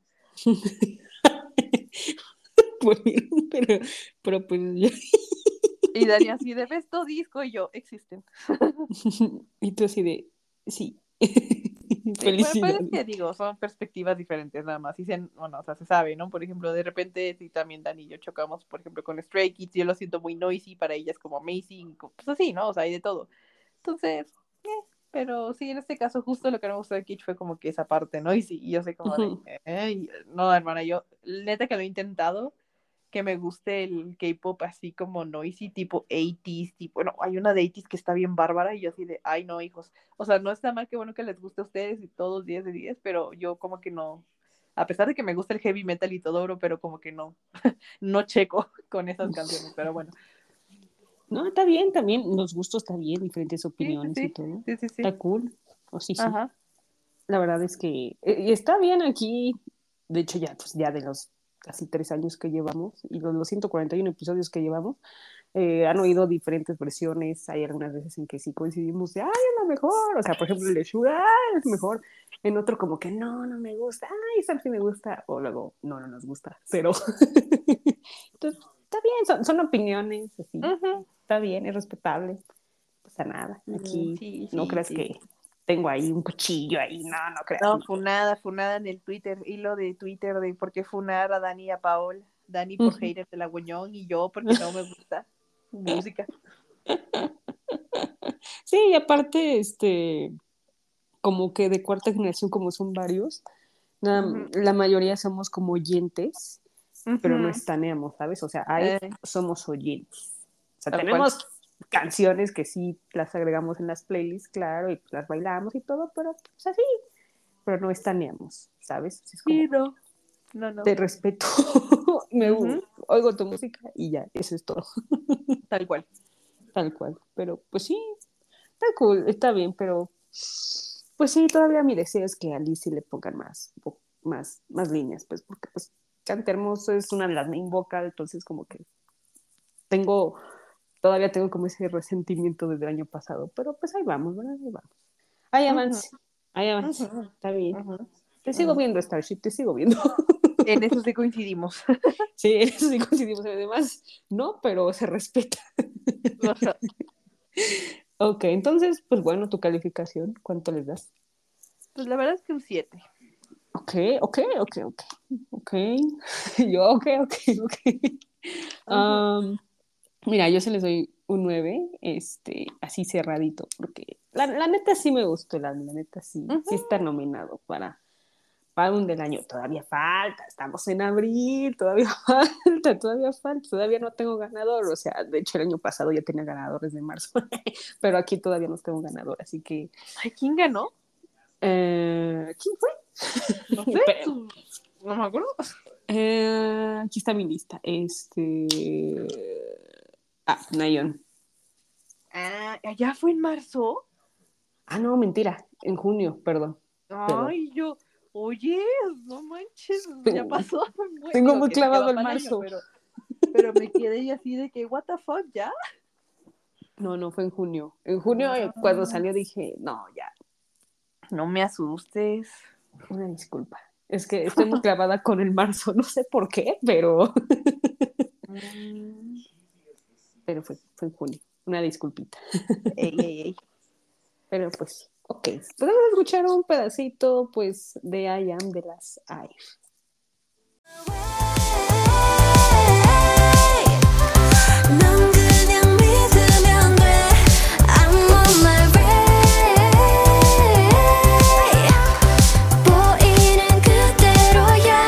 pero pues ya. Y Dani así de Besto Disco y yo, existen. Y tú así de, sí. Sí, bueno, pues es Felicidades. que digo, son perspectivas diferentes nada más. Bueno, o sea, se sabe, ¿no? Por ejemplo, de repente, si también Dani y yo chocamos, por ejemplo, con Stray Kids, yo lo siento muy noisy, para ella es como amazing, pues así, ¿no? O sea, hay de todo. Entonces, pero sí, en este caso, justo lo que no me gustó de Kitsch fue como que esa parte noisy, y yo sé como de, no, hermana, yo, neta que lo he intentado, que me guste el K-pop así como noisy, tipo 80s, tipo, bueno, hay una de 80s que está bien bárbara y yo así de, ay no, hijos, o sea, no está mal, que bueno que les guste a ustedes y todos 10 de 10, pero yo como que no, a pesar de que me gusta el heavy metal y todo, bro, pero como que no, no checo con esas canciones, pero bueno. No, está bien, también, los gustos está bien, diferentes Sí, sí, opiniones y sí, todo. sí, sí, sí. Está cool. O sí, sí. Ajá. La verdad es que está bien aquí. De hecho, ya, pues ya de los casi 3 años que llevamos y los 141 episodios que llevamos, han oído diferentes versiones. Hay algunas veces en que sí coincidimos de, ay, es la mejor. O sea, por ejemplo, el de Sugar es mejor. En otro como que no, no me gusta. Ay, esa sí me gusta. O luego, no, no nos gusta. Pero entonces, está bien, son opiniones, así. Está bien, es respetable. No pasa nada. Aquí Sí, no sí, creas sí. que tengo ahí un cuchillo ahí. No, no creas. No, No. funada en el Twitter, hilo de Twitter de por qué funar a Dani y a Paola. Dani por hater de la Guñón y yo porque no me gusta su música. Sí, y aparte, como que de cuarta generación, como son varios, la mayoría somos como oyentes, pero no estaneamos, ¿sabes? O sea, somos oyentes. O sea, Tal cual. tenemos canciones que sí las agregamos en las playlists, claro, y las bailamos y todo, pero pues así, pero no estaneamos, ¿sabes? Es como, Sí, no. No, no. te respeto, oigo tu música y ya, eso es todo. Tal cual. Tal cual. Pero pues sí, está cool, está bien, pero pues sí, todavía mi deseo es que a Lizzie le pongan más líneas, pues porque pues Canta Hermoso es una de las main vocal, entonces como que todavía tengo como ese resentimiento desde el año pasado, pero pues ahí vamos, ¿verdad? Ahí vamos. Hay avance, está bien. Te sigo viendo, Starship, te sigo viendo. En eso sí coincidimos. Sí, en eso sí coincidimos, además, no, pero se respeta. Ok, entonces, pues bueno, tu calificación, ¿cuánto les das? Pues la verdad es que un 7. Ok. Yo, ok. Am, Mira, yo se les doy un 9, así cerradito, porque la neta sí me gustó, la neta sí, sí está nominado para un del año. Todavía falta, estamos en abril, todavía falta, todavía no tengo ganador. O sea, de hecho el año pasado ya tenía ganadores de marzo, pero aquí todavía no tengo ganador, así que... Ay, ¿quién ganó? ¿Quién fue? No sé, Pero, no me acuerdo. aquí está mi lista. Nayon. ¿ya fue en marzo? Ah, no, mentira, en junio, perdón. Ay, yo, oye, no manches, ya pasó. Tengo Digo muy que te clavado quedó el mal año, marzo. pero me quedé y así de que, what the fuck, ¿ya? No, fue en junio. En junio, cuando salió, dije, no, ya, No me asustes. una disculpa. Es que estoy muy clavada con el marzo, no sé por qué, pero fue en junio. Una disculpita. Ey. Pero pues, ok. Podemos escuchar un pedacito, pues, de I Am de las IVE. 넌 그냥 믿으면 돼. I'm on my way. 보이는 그대로야.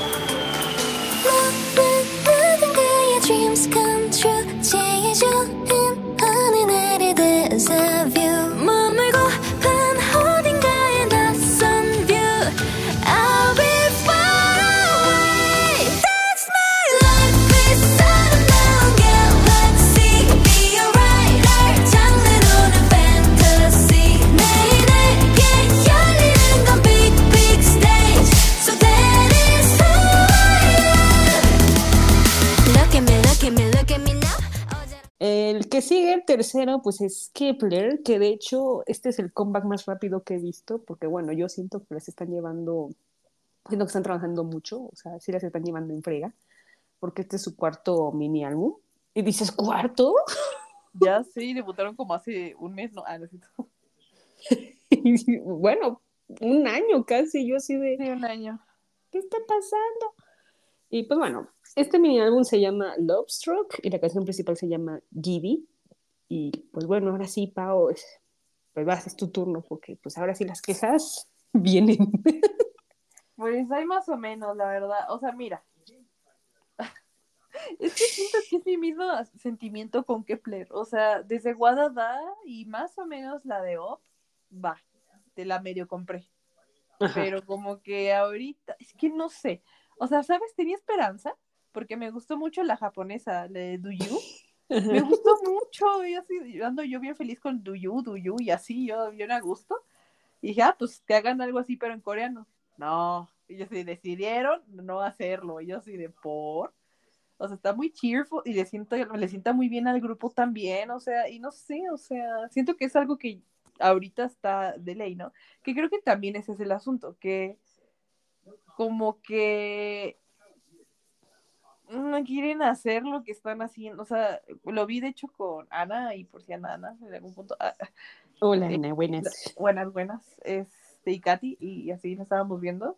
모든 그의 dreams come true. 제일 좋은 하늘 내릴 데자 view. 머물고픈 어딘가의 낯선 view. I'll be far away. That's my life beside an unknown galaxy. Be alright. 날 장르로는 fantasy. 매일 내게 열리는 건 big big stage. So that is who I am. Look at me, look at me, look at me now. El que sigue, el tercero, pues es Kepler, que de hecho este es el comeback más rápido que he visto, porque bueno, yo siento que siento que están trabajando mucho, o sea, sí las están llevando en frega, porque este es su cuarto mini álbum. Y dices, ¿cuarto? Ya sí, debutaron como hace un mes, ¿no? No es cierto. Y bueno, un año casi, yo así de, Sí, un año. ¿qué está pasando? Y pues bueno, este mini álbum se llama Love Struck y la canción principal se llama Giddy. Y pues bueno, ahora sí, Pao, pues vas, es tu turno, porque pues ahora sí las quejas vienen. Pues hay más o menos, la verdad. O sea, mira. Es que siento que es mi mismo sentimiento con Kepler. O sea, desde Guadada y más o menos la de Op, va, te la medio compré. Ajá. Pero como que ahorita, es que no sé. O sea, ¿sabes? Tenía esperanza porque me gustó mucho la japonesa, la de Do You. Me gustó mucho. Y así, ando yo bien feliz con Do You, y así, yo bien a gusto. Y dije, pues que hagan algo así, pero en coreano. No, ellos sí decidieron no hacerlo. Ellos sí de por. O sea, está muy cheerful y le sienta muy bien al grupo también, o sea, y no sé, o sea, siento que es algo que ahorita está de ley, ¿no? Que creo que también ese es el asunto, que como que no quieren hacer lo que están haciendo, o sea, lo vi de hecho con Ana y por si Ana, en algún punto, Hola, Ana, buenas. buenas, y Katy, y así nos estábamos viendo,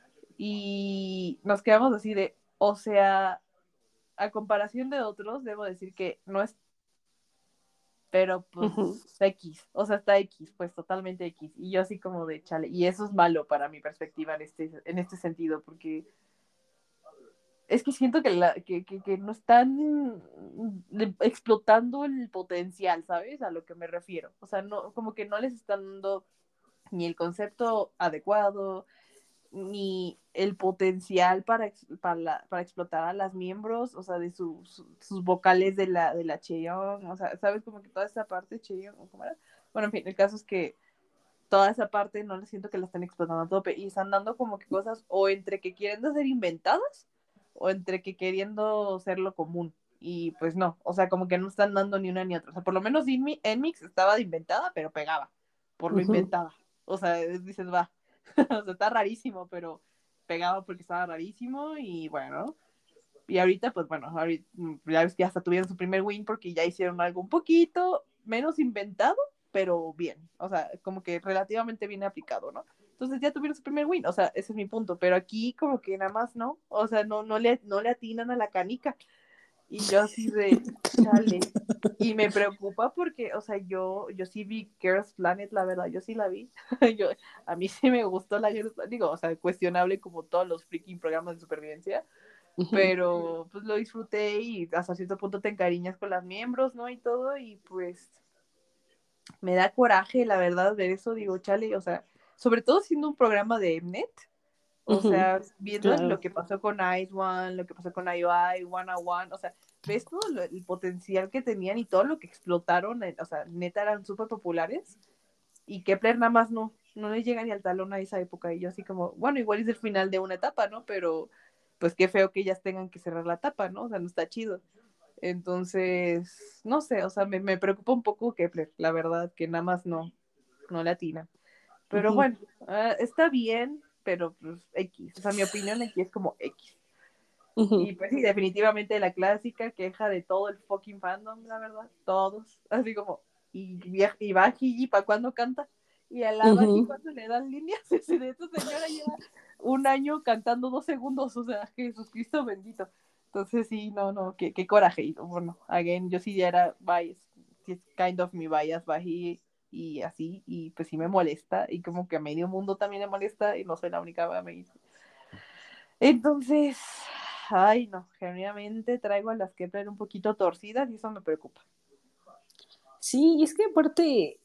y nos quedamos así de, o sea, a comparación de otros, debo decir que no es, pero pues X, o sea, está X, pues totalmente X, y yo así como de chale, y eso es malo para mi perspectiva en este sentido, porque es que siento que no están explotando el potencial, ¿sabes? A lo que me refiero, o sea, no, como que no les están dando ni el concepto adecuado, ni el potencial para explotar a las miembros, o sea, de sus vocales de la Chaeyoung, o sea, sabes, como que toda esa parte Chaeyoung, ¿cómo era? Bueno, en fin, el caso es que toda esa parte no le siento que la están explotando a tope y están dando como que cosas o entre que queriendo ser inventadas o entre que queriendo ser lo común. Y pues no, o sea, como que no están dando ni una ni otra. O sea, por lo menos Enmix estaba de inventada, pero pegaba por lo inventada. O sea, dices, va. O sea, está rarísimo, pero pegaba porque estaba rarísimo y bueno. Y ahorita, pues bueno, ya ves que hasta tuvieron su primer win porque ya hicieron algo un poquito menos inventado, pero bien. O sea, como que relativamente bien aplicado, ¿no? Entonces ya tuvieron su primer win, o sea, ese es mi punto, pero aquí como que nada más no, o sea, no le atinan a la canica. Y yo así de, chale. Y me preocupa porque, o sea, yo sí vi Girls Planet, la verdad, yo sí la vi. Yo, a mí sí me gustó la Girls Planet, digo, o sea, cuestionable como todos los freaking programas de supervivencia, pero pues lo disfruté y hasta cierto punto te encariñas con las miembros, ¿no? Y todo, y pues me da coraje, la verdad, ver eso, digo, chale, o sea, sobre todo siendo un programa de Mnet, o sea, viendo lo Claro. que pasó con Ice One, lo que pasó con IOI, One on One, o sea, ves todo el potencial que tenían y todo lo que explotaron, o sea, neta eran súper populares y Kepler nada más no le llega ni al talón a esa época y yo así como, bueno, igual es el final de una etapa, ¿no? Pero pues qué feo que ellas tengan que cerrar la etapa, ¿no? O sea, no está chido. Entonces, no sé, o sea, me preocupa un poco Kepler, la verdad, que nada más no le atina. Pero bueno, está bien, pero pues X. O sea, mi opinión aquí es como X. Y pues sí, definitivamente la clásica queja de todo el fucking fandom, la verdad. Todos. Así como, y va Gigi para cuando canta. Y a la Baji cuando le dan líneas. Ese de esta señora lleva un año cantando 2 segundos. O sea, Jesús Cristo bendito. Entonces sí, no, qué coraje. Y bueno, again, yo sí ya era bias. Sí, es kind of mi bias, Baji y así, y pues sí me molesta, y como que a medio mundo también me molesta, y no soy la única, entonces, ay no, genuinamente traigo a las Kepler un poquito torcidas y eso me preocupa. Sí, y es que aparte,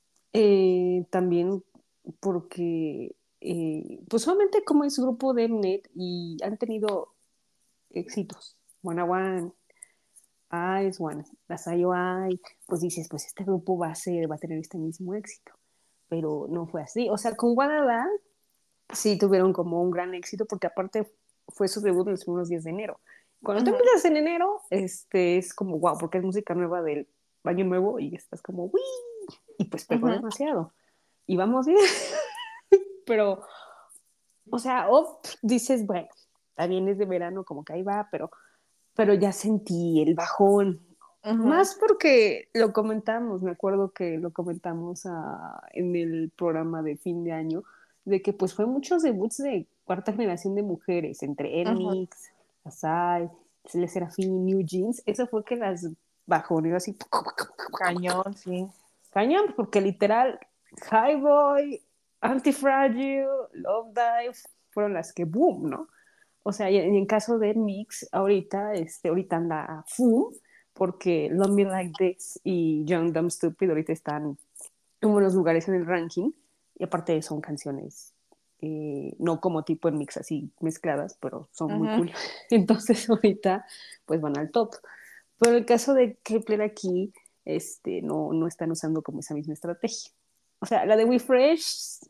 también porque, pues solamente como es grupo de Mnet y han tenido éxitos, One on One, Ice One, las IOI, pues dices, pues este grupo va a tener este mismo éxito, pero no fue así. O sea, con Guadalajara sí tuvieron como un gran éxito porque aparte fue su debut en los primeros días de enero. Cuando tú empiezas en enero, es como wow, porque es música nueva del año nuevo y estás como, ¡uy! Y pues pegó demasiado. Y vamos bien, pero, o sea, dices, bueno, también es de verano, como que ahí va, pero ya sentí el bajón. Más porque lo comentamos, me acuerdo que lo comentamos en el programa de fin de año, de que pues fue muchos debuts de cuarta generación de mujeres, entre Enmix, Asai, Celeste Serafín, New Jeans, eso fue que las bajoneó así, Cañón, sí. cañón, porque literal, Highboy, Antifragile, Love Dive, fueron las que boom, ¿no? O sea, y en caso de Mix, ahorita anda full, porque Love Me Like This y Young Dumb Stupid ahorita están en buenos lugares en el ranking, y aparte son canciones, no como tipo en mix así mezcladas, pero son muy cool. Entonces ahorita pues van al top. Pero el caso de Kepler aquí, no están usando como esa misma estrategia. O sea, la de We Fresh,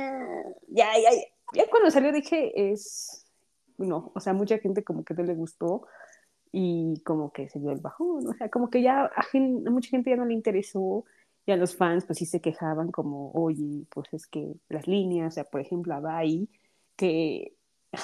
ya cuando salió dije, no, o sea, mucha gente como que no le gustó y como que se dio el bajón, o sea, como que ya a mucha gente ya no le interesó, y a los fans pues sí se quejaban como, oye, pues es que las líneas, o sea, por ejemplo, a Bai, que,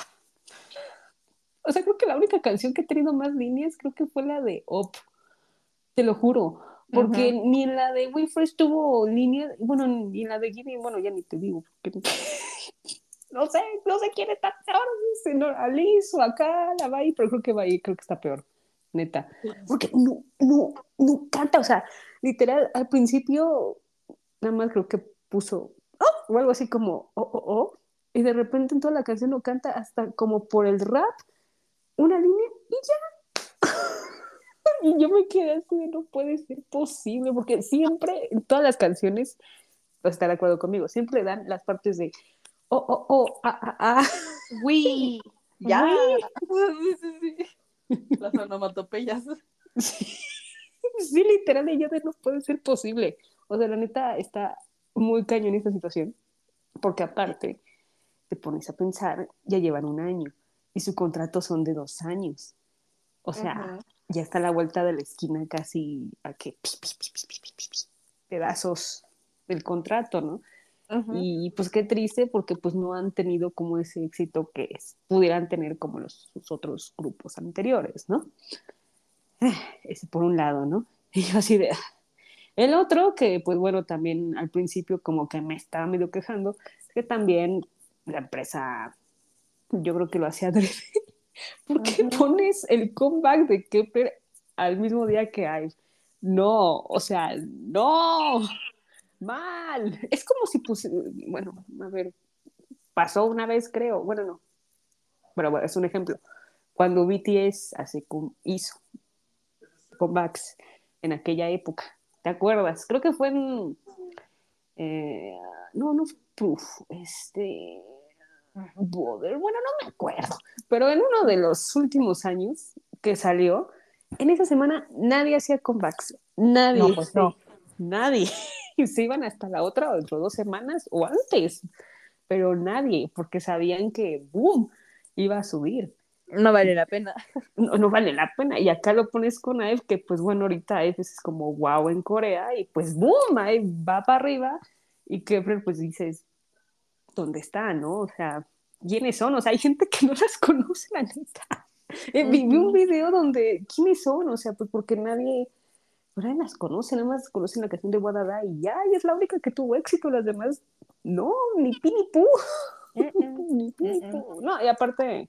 o sea, creo que la única canción que ha tenido más líneas creo que fue la de Up, te lo juro, porque ni en la de Winfrey tuvo líneas, bueno, ni en la de Giving, bueno, ya ni te digo, porque no sé quién está peor, si no, Alice o acá, la Bai, pero creo que está peor, neta, porque no canta, o sea, literal, al principio nada más creo que puso, o algo así como, y de repente en toda la canción no canta hasta como por el rap, una línea y ya. Y yo me quedé así de no puede ser posible, porque siempre en todas las canciones, vas a estar de acuerdo conmigo, siempre dan las partes de ah. Uy, ya. Uy. Las onomatopeyas. Sí, sí, literal, y yo de no puede ser posible. O sea, la neta está muy cañón esta situación, porque aparte te pones a pensar, ya llevan un año y su contrato son de 2 años. O sea, ya está a la vuelta de la esquina casi a que pedazos del contrato, ¿no? Y pues qué triste porque pues no han tenido como ese éxito que pudieran tener como sus otros grupos anteriores, ¿no? Ese por un lado, ¿no? Y yo así de, El otro, que pues bueno, también al principio como que me estaba medio quejando, es que también la empresa, yo creo que lo hacía adrede. ¿Por qué Ujú. pones el comeback de Kepler al mismo día que hay? No, o sea, no, mal. Es como si puse, bueno, a ver, pasó una vez, creo, bueno, no, pero bueno, es un ejemplo. Cuando BTS hizo comebacks en aquella época, ¿te acuerdas? Creo que fue en, eh, no, no fue Proof, bueno, no me acuerdo, pero en uno de los últimos años que salió, en esa semana nadie hacía comebacks, No, nadie, pues no. nadie. Y se iban hasta la otra o dentro de 2 semanas o antes, pero nadie, porque sabían que, boom, iba a subir. No vale la pena. No, no vale la pena. Y acá lo pones con AEV, que pues bueno, ahorita AEV es como wow en Corea, y pues boom, AEV va para arriba, y Kepler pues dices, ¿dónde está, no? O sea, ¿quiénes son? O sea, hay gente que no las conoce, la neta. Vi un Ujú. video donde, ¿quiénes son? O sea, pues porque nadie las conoce, nada más conocen la canción de Wadada y ya, y es la única que tuvo éxito, las demás, no, ni pi ni pu, Mm, mm, ni pi mm, ni mm. pu. No, y aparte,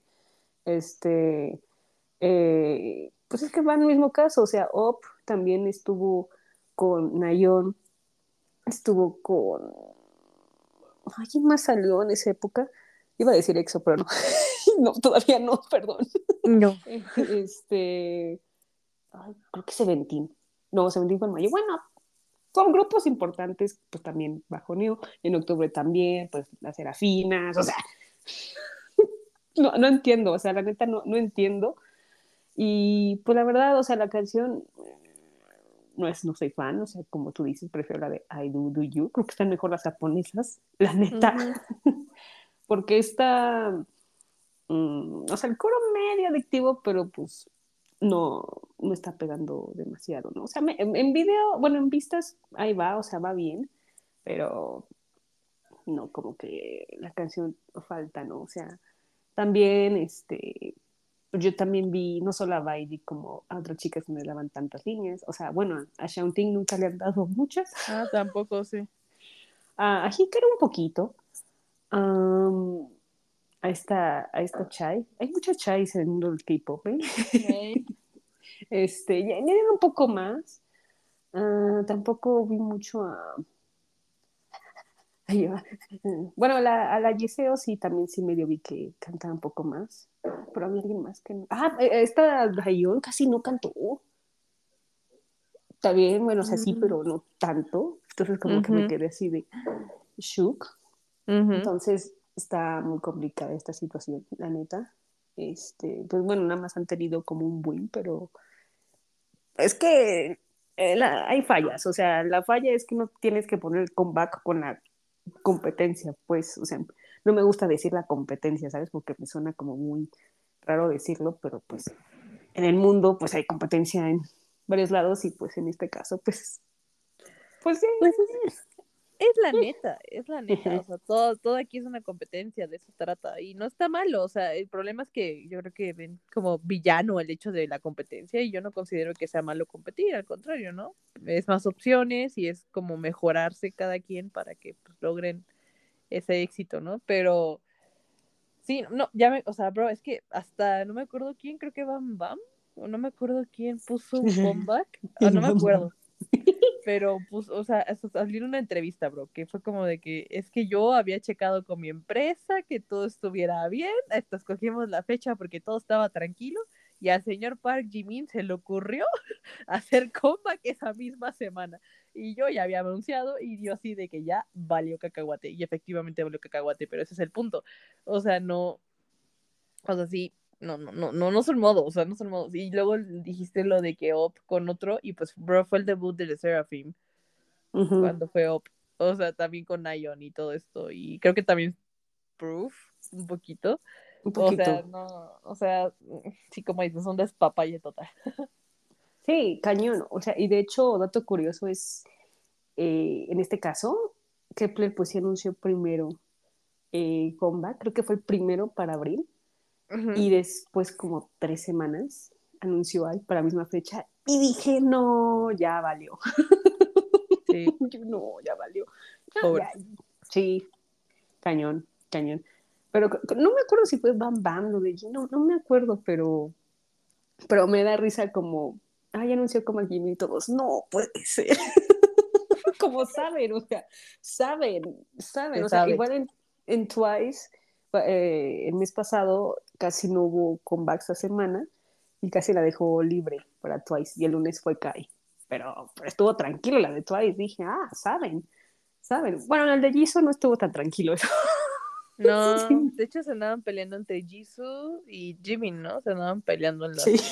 pues es que va en el mismo caso, o sea, Op también estuvo con Nayon, estuvo con, ay, ¿quién más salió en esa época? Iba a decir EXO, pero no, no, todavía no, perdón. No. Este, ay, creo que Seventeen, no, Seventeen fue en mayo, bueno, son grupos importantes, pues también bajo New, en octubre también, pues las Serafinas, o sea, no, no entiendo, o sea, la neta no, no entiendo. Y pues la verdad, o sea, la canción no soy fan, o sea, como tú dices, prefiero la de I Do Do You, creo que están mejor las japonesas, la neta, Ujú. porque esta, o sea, el coro medio adictivo, pero pues no, no está pegando demasiado, ¿no? O sea, en video, bueno, en vistas, ahí va, o sea, va bien, pero no, como que la canción falta, ¿no? O sea, también, yo también vi, no solo a Bailey, como a otras chicas que me daban tantas líneas, o sea, bueno, a Shaunting nunca le han dado muchas, Ah, tampoco, sí. a Hikaru un poquito, um, a esta Chai, hay muchas Chais en el mundo del K-pop, ¿eh? Ey. Ya añaden un poco más, tampoco vi mucho a, ay, bueno, a la Yeseo sí, también sí medio vi que cantaba un poco más, pero había alguien más que no. Esta Dayon casi no cantó, está bien, bueno, o sea, sí, Mm, pero no tanto, entonces como que me ujú, quedé así de shook, ujú. entonces está muy complicada esta situación, la neta, pues bueno, nada más han tenido como un win, pero es que hay fallas, o sea, la falla es que no tienes que poner el comeback con la competencia, pues, o sea, no me gusta decir la competencia, ¿sabes? Porque me suena como muy raro decirlo, pero pues en el mundo pues hay competencia en varios lados y pues en este caso pues sí. Pues es la neta, o sea, todo aquí es una competencia, de eso trata, y no está malo, o sea, el problema es que yo creo que ven como villano el hecho de la competencia, y yo no considero que sea malo competir, al contrario, ¿no? Es más opciones y es como mejorarse cada quien para que pues, logren ese éxito, ¿no? Pero sí, no, o sea, bro, es que hasta no me acuerdo quién, creo que Bam Bam, o no me acuerdo quién puso un comeback, no me acuerdo, pero pues, o sea, hasta salió en una entrevista, bro, que fue como de que es que yo había checado con mi empresa que todo estuviera bien, hasta escogimos la fecha porque todo estaba tranquilo, y al señor Park Jimin se le ocurrió hacer comeback esa misma semana. Y yo ya había anunciado y yo así de que ya valió cacahuate. Y efectivamente valió cacahuate, pero ese es el punto. O sea, no, o sea, sí, no son modos, o sea, no son modos. Y luego dijiste lo de que Op con otro, y pues, bro, fue el debut de The Seraphim Ujú, cuando fue Op. O sea, también con Nion y todo esto. Y creo que también Proof, un poquito. un O sea, poquito. no, o sea, sí, como dices, un despapalle total. Sí, cañón, o sea, y de hecho, dato curioso es, en este caso, Kepler pues sí anunció primero comeback, creo que fue el primero para abril, Ujú. y después como 3 semanas anunció ahí para la misma fecha, y dije, no, ya valió. Sí, Yo, no, ya valió. No, pobre. ya, sí, cañón, cañón. Pero no me acuerdo si fue Bam Bam lo de Gino, no me acuerdo, pero me da risa como, ay, anunció como Jimmy y todos, no puede ser. Como saben, o sea, saben, Se o sea, sabe. igual en Twice, el mes pasado casi no hubo comebacks esta semana y casi la dejó libre para Twice y el lunes fue Kai. Pero estuvo tranquilo la de Twice, dije, saben. Bueno, el de Jisoo no estuvo tan tranquilo. No, Sí, de hecho se andaban peleando entre Jisoo y Jimin, ¿no? Se andaban peleando en sí,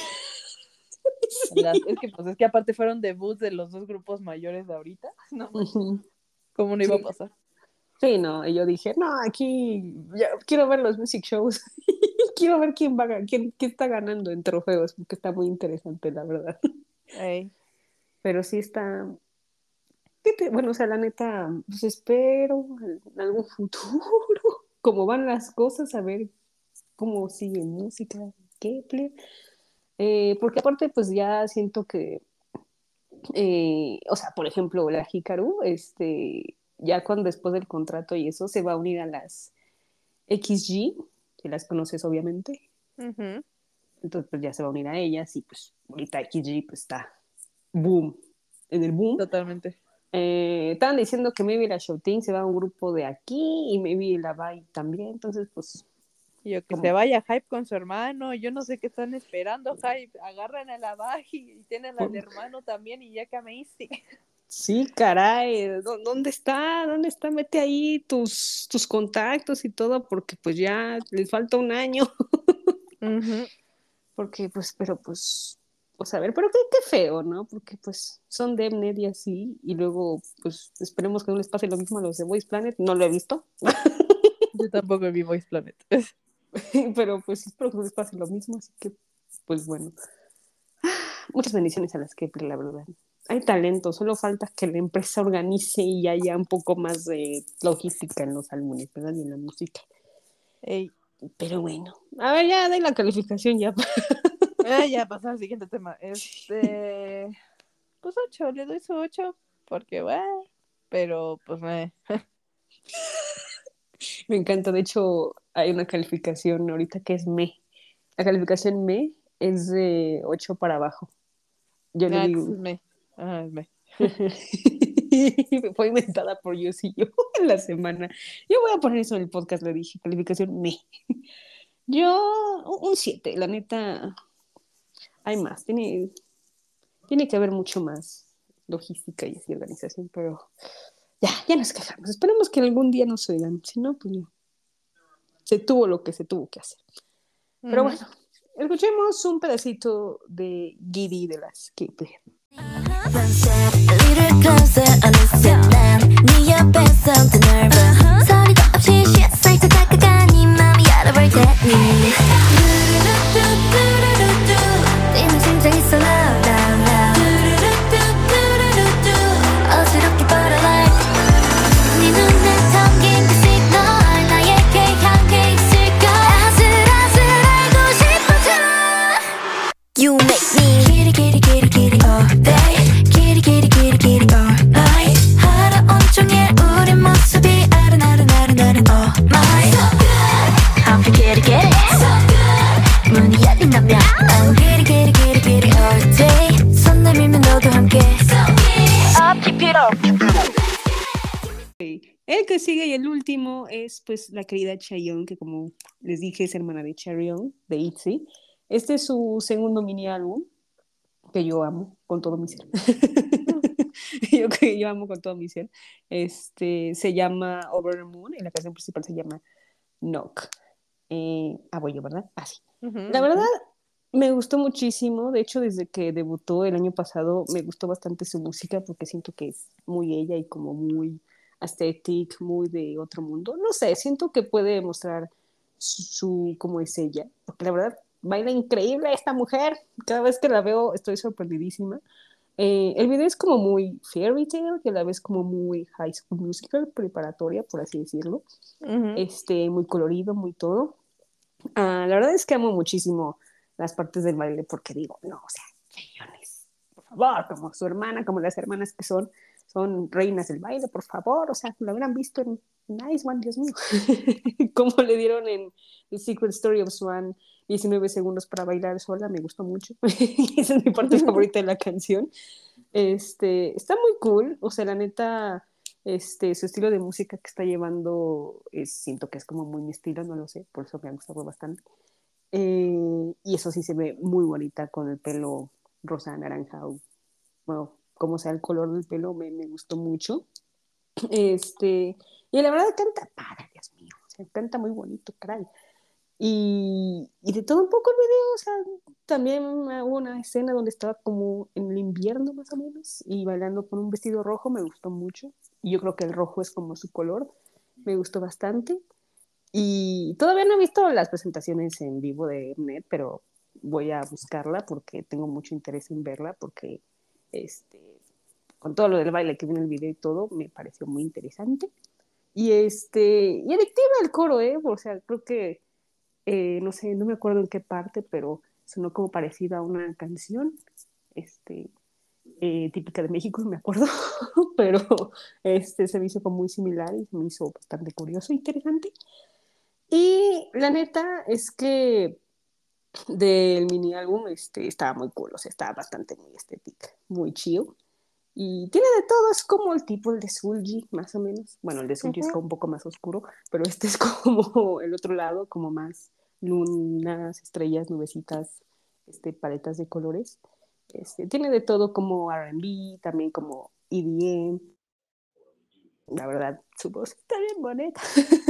es que pues es que aparte fueron debuts de los dos grupos mayores de ahorita. No manches, ujú, ¿cómo no iba a sí. pasar? Sí, no, y yo dije, no, aquí ya, quiero ver los music shows, quiero ver quién está ganando en trofeos, porque está muy interesante, la verdad. Ey, Pero sí está, bueno, o sea, la neta, pues espero en algún futuro, cómo van las cosas, a ver cómo sigue música, Kepler. Porque aparte, pues ya siento que, o sea, por ejemplo, la Hikaru, ya cuando después del contrato y eso, se va a unir a las XG, que las conoces obviamente, ujú, entonces pues ya se va a unir a ellas y pues ahorita XG pues está boom, en el boom. totalmente. Estaban diciendo que maybe la Shouting se va a un grupo de aquí y maybe la Bai también, entonces pues Y yo que se como, vaya Hype con su hermano, yo no sé qué están esperando, Hype, agarran a la Baji y tienen al hermano también y ya que me hice. sí, caray, ¿dónde está? ¿Dónde está? Mete ahí tus contactos y todo porque pues ya les falta un año, porque pues, pero pues a ver, pero qué feo, ¿no? Porque pues son Demnet y así, y luego pues esperemos que no les pase lo mismo a los de Voice Planet, no lo he visto, Yo tampoco vi Voice Planet. pero pues espero que no les pase lo mismo, así que pues bueno, muchas bendiciones a las que la verdad. Hay talento, solo falta que la empresa organice y haya un poco más de logística en los álbumes, ¿verdad? Y en la música. Ey, Pero bueno, a ver, ya de la calificación ya. ya pasar al siguiente tema. Pues 8, le doy su 8 porque bueno, pero pues Me encanta, de hecho, hay una calificación ahorita que es me. La calificación me es de 8 para abajo. Yo le entonces digo, es me. fue inventada por yo y yo en la semana. Yo voy a poner eso en el podcast, le dije, calificación me. Yo, un 7, la neta, hay más, tiene que haber mucho más logística y así organización, pero ya nos quejamos. Esperemos que algún día nos oigan, si no, pues no. Se tuvo lo que se tuvo que hacer. Pero Ujú. bueno, escuchemos un pedacito de Giddy de las Kepler. A little closer 어느새 난네 옆에서 더 nervous 소리도 없이 살짝 다가가니 맘이 알아볼 테니 뚜루루뚜뚜루루뚜 뛰는 심장이 so loud loud loud 뚜루루뚜뚜루루뚜 어지럽게 but I like 네 눈에 담긴 그 signal 나에게 향해 있을까 아슬아슬 알고 싶어져 You make me kitty kitty kitty kitty all day kitty kitty kitty kitty all night 하루 온종일 우리 모습이 아른아른아른아른 oh my so good I'm the kitty kitty so good 문이 열린다면 I'm kitty kitty kitty kitty all day 손 내밀면 너도 함께 so up keep it up El que sigue y el último es pues la querida Chaeyoung, que como les dije es hermana de Chaeryeong, de ITZY. Este es su segundo mini álbum, que yo amo con todo mi ser. yo amo con todo mi ser. Se llama Over the Moon y la canción principal se llama Knock. Voy yo, ¿verdad? Sí. Ujú, La verdad, ujú. me gustó muchísimo. De hecho, desde que debutó el año pasado, me gustó bastante su música porque siento que es muy ella y como muy aesthetic, muy de otro mundo. No sé, siento que puede mostrar cómo es ella. Porque la verdad, baila increíble esta mujer. Cada vez que la veo, estoy sorprendidísima. El video es como muy fairy tale, que a la vez como muy high school musical, preparatoria, por así decirlo. Ujú. Muy colorido, muy todo. La verdad es que amo muchísimo las partes del baile porque digo, no, o sea, millones. favor, como su hermana, como las hermanas que son reinas del baile, por favor, o sea, lo hubieran visto en Nice One, Dios mío. Como le dieron en The Secret Story of Swan 19 segundos para bailar sola, me gustó mucho. Esa es mi parte favorita de la canción. Está muy cool, o sea, la neta, su estilo de música que está llevando, siento que es como muy mi estilo, no lo sé, por eso me ha gustado bastante. Y eso sí se ve muy bonita con el pelo rosa, naranja, o bueno, como sea el color del pelo, me gustó mucho. Y la verdad canta para, Dios mío, o sea, canta muy bonito, caray. Y de todo un poco el video, o sea, también hubo una escena donde estaba como en el invierno más o menos y bailando con un vestido rojo, me gustó mucho. Y yo creo que el rojo es como su color, me gustó bastante. Y todavía no he visto las presentaciones en vivo de Net, pero voy a buscarla porque tengo mucho interés en verla porque con todo lo del baile que viene en el video y todo, me pareció muy interesante. Y adictiva el coro, ¿eh? O sea, creo que no sé, no me acuerdo en qué parte, pero sonó como parecida a una canción este, típica de México, no me acuerdo, pero se me hizo como muy similar y se me hizo bastante curioso, interesante. Y la neta es que del mini álbum estaba muy cool, o sea, estaba bastante muy estética, muy chill. Y tiene de todo, es como el tipo el de Sulji, más o menos. Bueno, el de Sulji es como un poco más oscuro, pero este es como el otro lado, como más lunas, estrellas, nubecitas, paletas de colores. Tiene de todo como R&B, también como EDM. La verdad, su voz está bien bonita.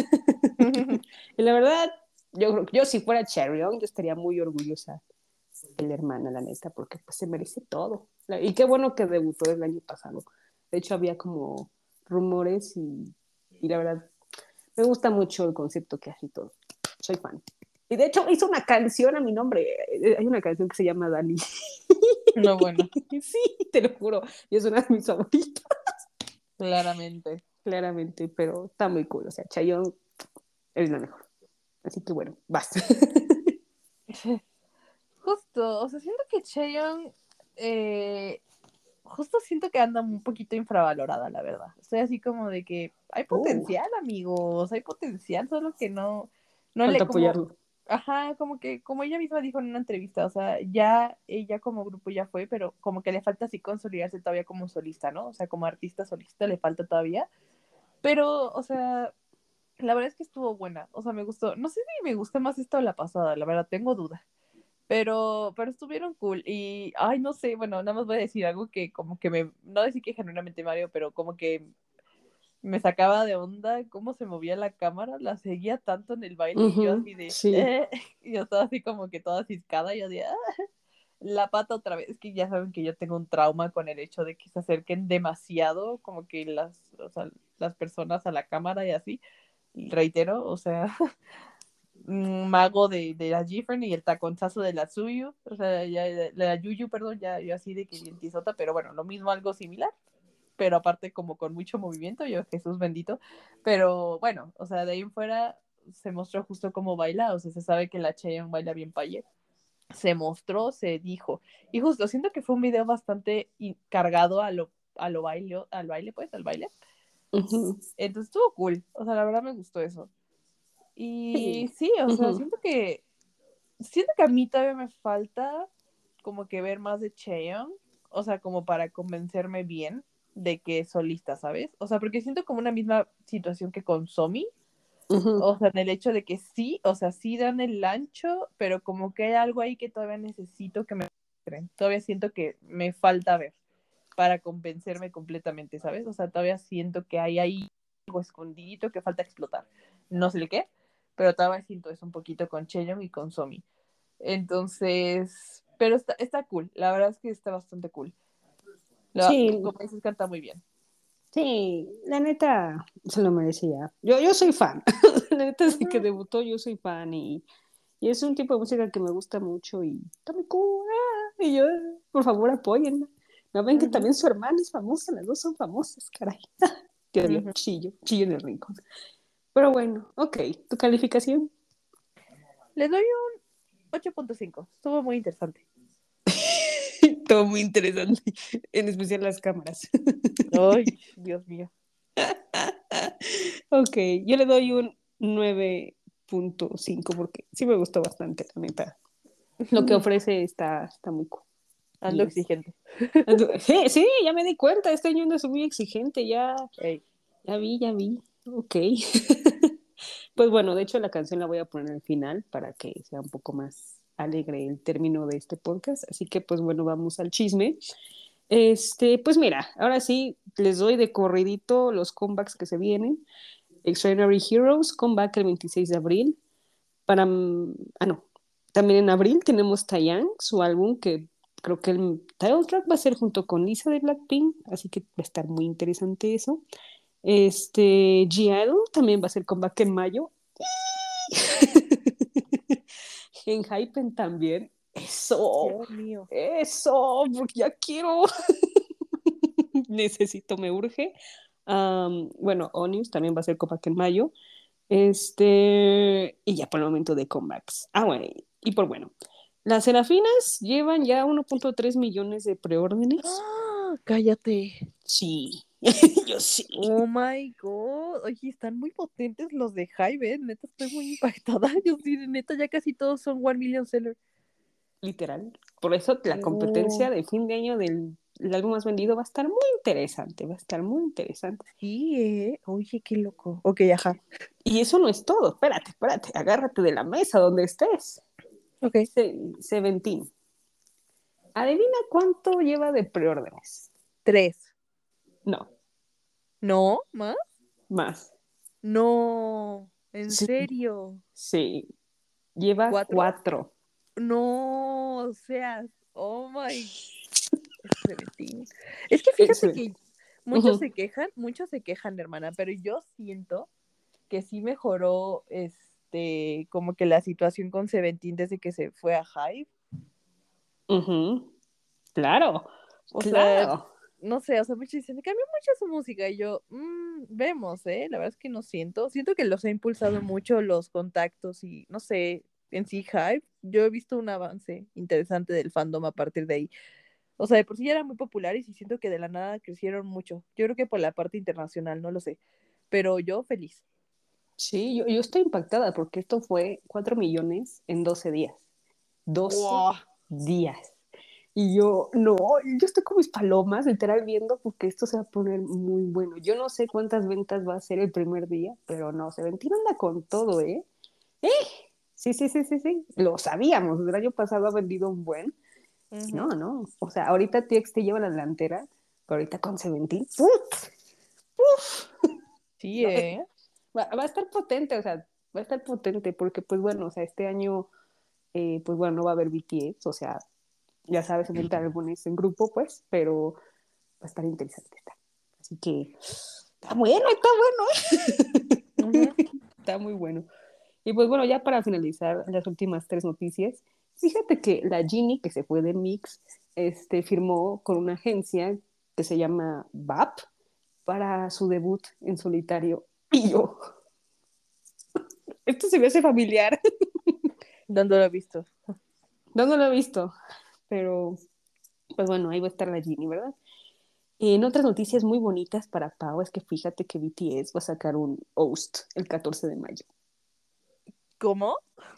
Y la verdad, yo creo que yo si fuera Cherryon, yo estaría muy orgullosa de la hermana, la neta, porque pues se merece todo. Y qué bueno que debutó el año pasado. De hecho, había como rumores y la verdad, me gusta mucho el concepto que hace y todo. Soy fan. Y de hecho, hizo una canción a mi nombre. Hay una canción que se llama Dani. No, bueno, Sí, te lo juro. Y es una de mis favoritas, claramente. claramente, pero está muy cool. O sea, Chayanne es la mejor. Así que bueno, vas. Justo, o sea, siento que Chaeyoung, justo siento que anda un poquito infravalorada, la verdad. Estoy así como de que hay potencial, amigos, hay potencial, solo que no Falta le como, apoyarlo. ajá, como que, como ella misma dijo en una entrevista, o sea, ya ella como grupo ya fue, pero como que le falta así consolidarse todavía como solista, ¿no? O sea, como artista solista le falta todavía, pero, o sea, la verdad es que estuvo buena, o sea, me gustó, no sé si me gusta más esta o la pasada, la verdad, tengo dudas. Pero estuvieron cool. Y, ay, no sé, bueno, nada más voy a decir algo que como que no decir que genuinamente Mario, pero como que me sacaba de onda cómo se movía la cámara, la seguía tanto en el baile y yo así de, Sí. y yo estaba así como que toda ciscada y yo de, la pata otra vez, que ya saben que yo tengo un trauma con el hecho de que se acerquen demasiado como que o sea, las personas a la cámara y así, reitero, o sea, mago de la Gifren y el taconzazo de la Suyu, o sea, ya, la Yuyu, perdón, ya yo así de que bien tisota, pero bueno, lo mismo, algo similar, pero aparte como con mucho movimiento, yo Jesús bendito, pero bueno, o sea, de ahí en fuera se mostró justo cómo baila, o sea, se sabe que la Chaeyoung baila bien paye, se mostró, se dijo, y justo siento que fue un video bastante cargado a lo baile, al baile, pues, al baile, entonces estuvo cool, o sea, la verdad me gustó eso. Y Sí. sí, o sea, siento que a mí todavía me falta como que ver más de Cheon, o sea, como para convencerme bien de que es solista, ¿sabes? O sea, porque siento como una misma situación que con Somi, o sea, en el hecho de que sí, o sea, sí dan el ancho, pero como que hay algo ahí que todavía necesito que me muestren. Todavía siento que me falta ver para convencerme completamente, ¿sabes? O sea, todavía siento que hay ahí algo escondidito que falta explotar. No sé el qué, pero todavía siento eso un poquito con Cheon y con Somi. Entonces, pero está cool, la verdad es que está bastante cool. Sí, Como dices, canta muy bien. sí, la neta se lo merecía. Yo soy fan. La neta sí que Ujú, debutó, yo soy fan y es un tipo de música que me gusta mucho y está muy cool. Y yo, por favor, apóyenla. No ven que ujú, también su hermana es famosa, las dos son famosas, caray. Te odio, ujú. chillo en el rincón. Pero bueno, ok, ¿tu calificación? Le doy un 8.5. Estuvo muy interesante. Todo muy interesante, en especial las cámaras. Ay, Dios mío. Ok, yo le doy un 9.5 porque sí me gustó bastante, la neta. Lo que ofrece está muy cool. Ando Y exigente. sí, sí, ya me di cuenta, este año es muy exigente, Ey. ya vi. Ok. Pues bueno, de hecho la canción la voy a poner al final para que sea un poco más alegre el término de este podcast. Así que pues bueno, vamos al chisme. Pues mira, ahora sí les doy de corridito los comebacks que se vienen. Extraordinary Heroes, comeback el 26 de abril. No, también en abril tenemos Taeyang, su álbum que creo que el title track va a ser junto con Lisa de Blackpink, así que va a estar muy interesante eso. G-Idol también va a ser comeback en mayo. En Hypen también. Dios mío. Porque ya quiero. Necesito, me urge. Bueno, Onius también va a ser comeback en mayo. Y ya por el momento de comebacks. Bueno, y por bueno. Las Serafinas llevan ya 1.3 millones de preórdenes. ¡Ah! Cállate. Sí, yo sí. Oh my God. Oye, están muy potentes los de Hybe, neta, estoy muy impactada. Yo sí, neta, ya casi todos son 1 million seller. Literal. Por eso la Oh, competencia de fin de año del el álbum más vendido va a estar muy interesante, va a estar muy interesante. sí, oye, qué loco. Ok, ajá. Y eso no es todo, espérate, agárrate de la mesa donde estés. Ok. Seventeen. Adivina cuánto lleva de preórdenes. 3. No, ¿No? ¿Más? más. No. ¿En Sí, serio? sí, lleva 4. 4. No, o sea, oh my. Es 17. Es que El fíjate que 17. Ujú. muchos se quejan, hermana, pero yo siento que sí mejoró como que la situación con Seventeen desde que se fue a Hive. Ujú. Claro, O sea, claro. no sé, o sea, muchos dicen, cambió mucho su música y yo, vemos, la verdad es que no siento que los ha impulsado mucho los contactos y no sé, en sí Hive, yo he visto un avance interesante del fandom a partir de ahí. O sea, de por sí ya eran muy populares y siento que de la nada crecieron mucho. Yo creo que por la parte internacional, no lo sé, pero yo feliz. Sí, yo estoy impactada porque esto fue 4 millones en 12 días. 12 días. Y no, yo estoy con mis palomas, literal, viendo porque esto se va a poner muy bueno. Yo no sé cuántas ventas va a ser el primer día, pero no, Seventeen anda con todo, ¿eh? ¡Eh! Sí, sí, sí, sí, sí. Lo sabíamos. El año pasado ha vendido un buen. No, Ujú. no. O sea, ahorita TXT lleva la delantera, pero ahorita con Seventeen. ¡Uf! ¡Uf! Sí, No, va a estar potente, o sea, va a estar potente porque, pues bueno, o sea, este año, pues bueno, no va a haber BTS, o sea, ya sabes, inventar álbumes en grupo, pues, pero va a estar interesante. Así que está bueno, Ujú. está muy bueno. Y pues bueno, ya para finalizar las últimas tres noticias, fíjate que la Ginny, que se fue de Mix, firmó con una agencia que se llama BAP para su debut en solitario. Y yo, esto se me hace familiar. ¿Dónde lo he visto? No lo he visto, pero pues bueno, ahí va a estar la Ginny, ¿verdad? En otras noticias muy bonitas para Pau es que fíjate que BTS va a sacar un host el 14 de mayo. ¿Cómo?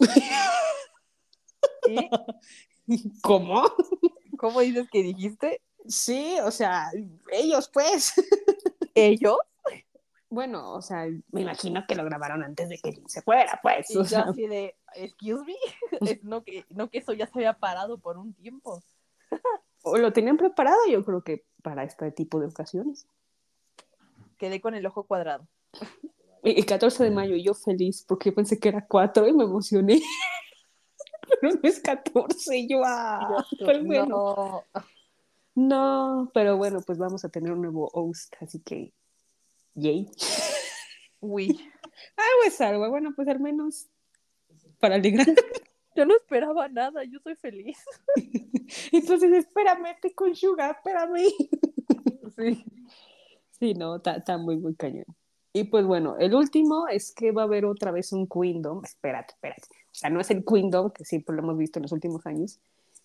¿Qué? ¿Cómo? ¿Cómo dices que dijiste? Sí, o sea, ellos pues. ¿Ellos? Bueno, o sea, me imagino que lo grabaron antes de que se fuera, pues. O Y yo sea, así de, excuse me, no que eso ya se había parado por un tiempo. o lo tenían preparado, yo creo que para este tipo de ocasiones. Quedé con el ojo cuadrado. El 14 de mayo, yo feliz porque yo pensé que era 4 y me emocioné, pero no es 14. Yo, Y yo, pues bueno. no. No, pero bueno, pues vamos a tener un nuevo host, así que, yay. Uy, Algo es algo, bueno, pues al menos para alegrar. yo no esperaba nada, yo soy feliz. Entonces, espérame, te con Sugar, espérame. Sí. Sí, no, está muy, muy cañón. Y pues bueno, el último es que va a haber otra vez un Queendom. Espérate. O sea, no es el Queendom que siempre lo hemos visto en los últimos años.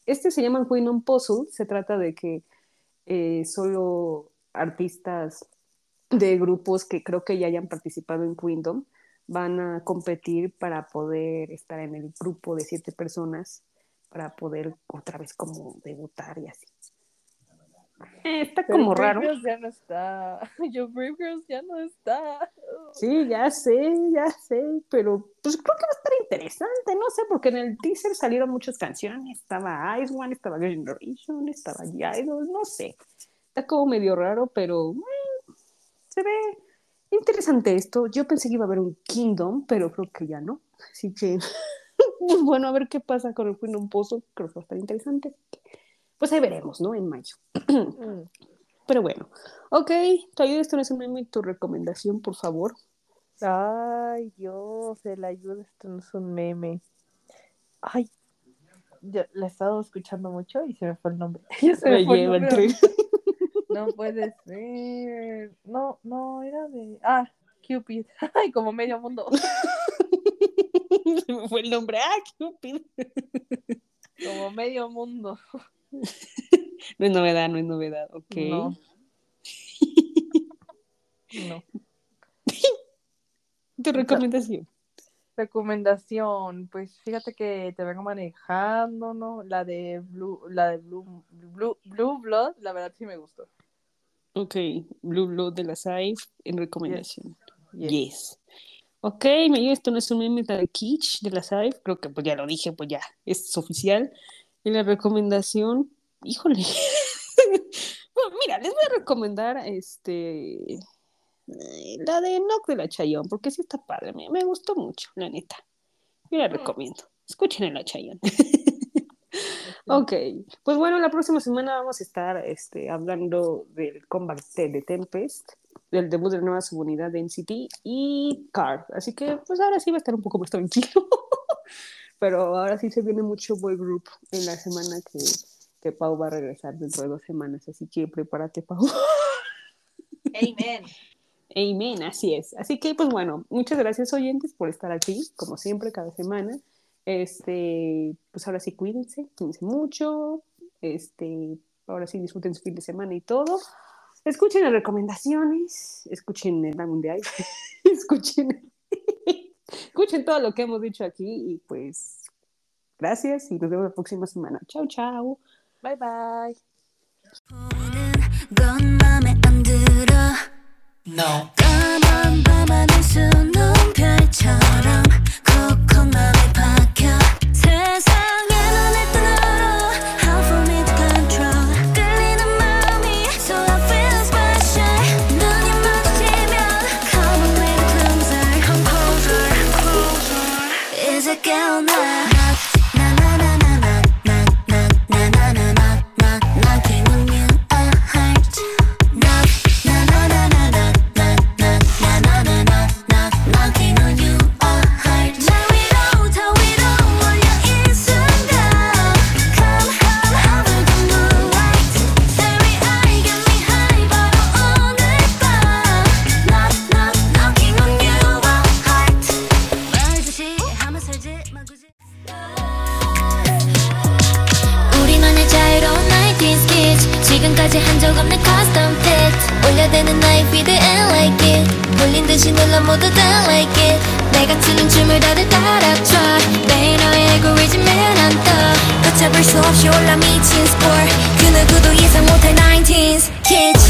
este se llama Queendom Puzzle. Se trata de que solo artistas de grupos que creo que ya hayan participado en Queendom van a competir para poder estar en el grupo de 7 personas para poder otra vez como debutar y así. Está Pero como Brave raro. Girls ya no está. Yo, Brave Girls ya no está. Sí, ya sé, pero pues creo que va a estar interesante, no sé, porque en el teaser salieron muchas canciones, estaba Ice One, estaba Girl Generation, estaba G-Idol, no sé, está como medio raro, pero se ve interesante esto. Yo pensé que iba a haber un Kingdom, pero creo que ya no, así que pues bueno, a ver qué pasa con el Queendom Puzzle, creo que va a estar interesante. Pues ahí veremos, ¿no? En mayo. Pero bueno, ok, te ayuda, esto no es un meme, tu recomendación, por favor. Ay, Dios, el ayuda, esto no es un meme. Ay, yo la he estado escuchando mucho y se me fue el nombre. Ya se me fue el nombre. No puede ser. No, era de... Ah, Cupid. Ay, como medio mundo. Se me fue el nombre. Cupid. Como medio mundo. No es novedad, ok. No. ¿Tu recomendación? Recomendación, pues fíjate que te vengo manejando, ¿no? La de Blue Blood, la verdad sí me gustó. Ok, Blue Blood de la Saif en recomendación. Yes. Ok, me ayuda, esto no es un meme de Kitsch de la Saif, creo que pues ya lo dije, pues ya, es oficial. En la recomendación, híjole. Bueno, mira, les voy a recomendar la de Knock de la Chayanne, porque sí está padre, me gustó mucho, la neta. Yo la recomiendo. Escuchen a la Chayanne. Ok, pues bueno, la próxima semana vamos a estar hablando del comeback de Tempest, del debut de la nueva subunidad de NCT y Card. Así que pues ahora sí va a estar un poco más tranquilo. Pero ahora sí se viene mucho boy group en la semana que Pau va a regresar dentro de 2 semanas. Así que prepárate, Pau. Amen. Amen, así es. Así que, pues bueno, muchas gracias, oyentes, por estar aquí, como siempre, cada semana. Pues ahora sí, cuídense mucho. Ahora sí, disfruten su fin de semana y todo. Escuchen las recomendaciones, escuchen el álbum de Ice, escuchen todo lo que hemos dicho aquí y pues gracias y nos vemos la próxima semana. Chao, chao. Bye, bye. No. 까만 밤하늘 수놓은 별처럼 콕콕 맘에 박혀 세상에 눈을 뜨너로 How for me to control 끌리는 마음이 So I feel special 눈이 마주치면 Come a little closer Come closer, closer 이제 깨어나 지금까지 한 적 없는 custom fit 올려대는 나의 feed and like it 돌린 듯이 눌러 모두 다 like it 내가 추는 춤을 다들 따라춰 매일 너의 알고리즘엔 안 떠 걷잡을 수 없이 올라 미친 sport 그 누구도 예상 못할 19s kids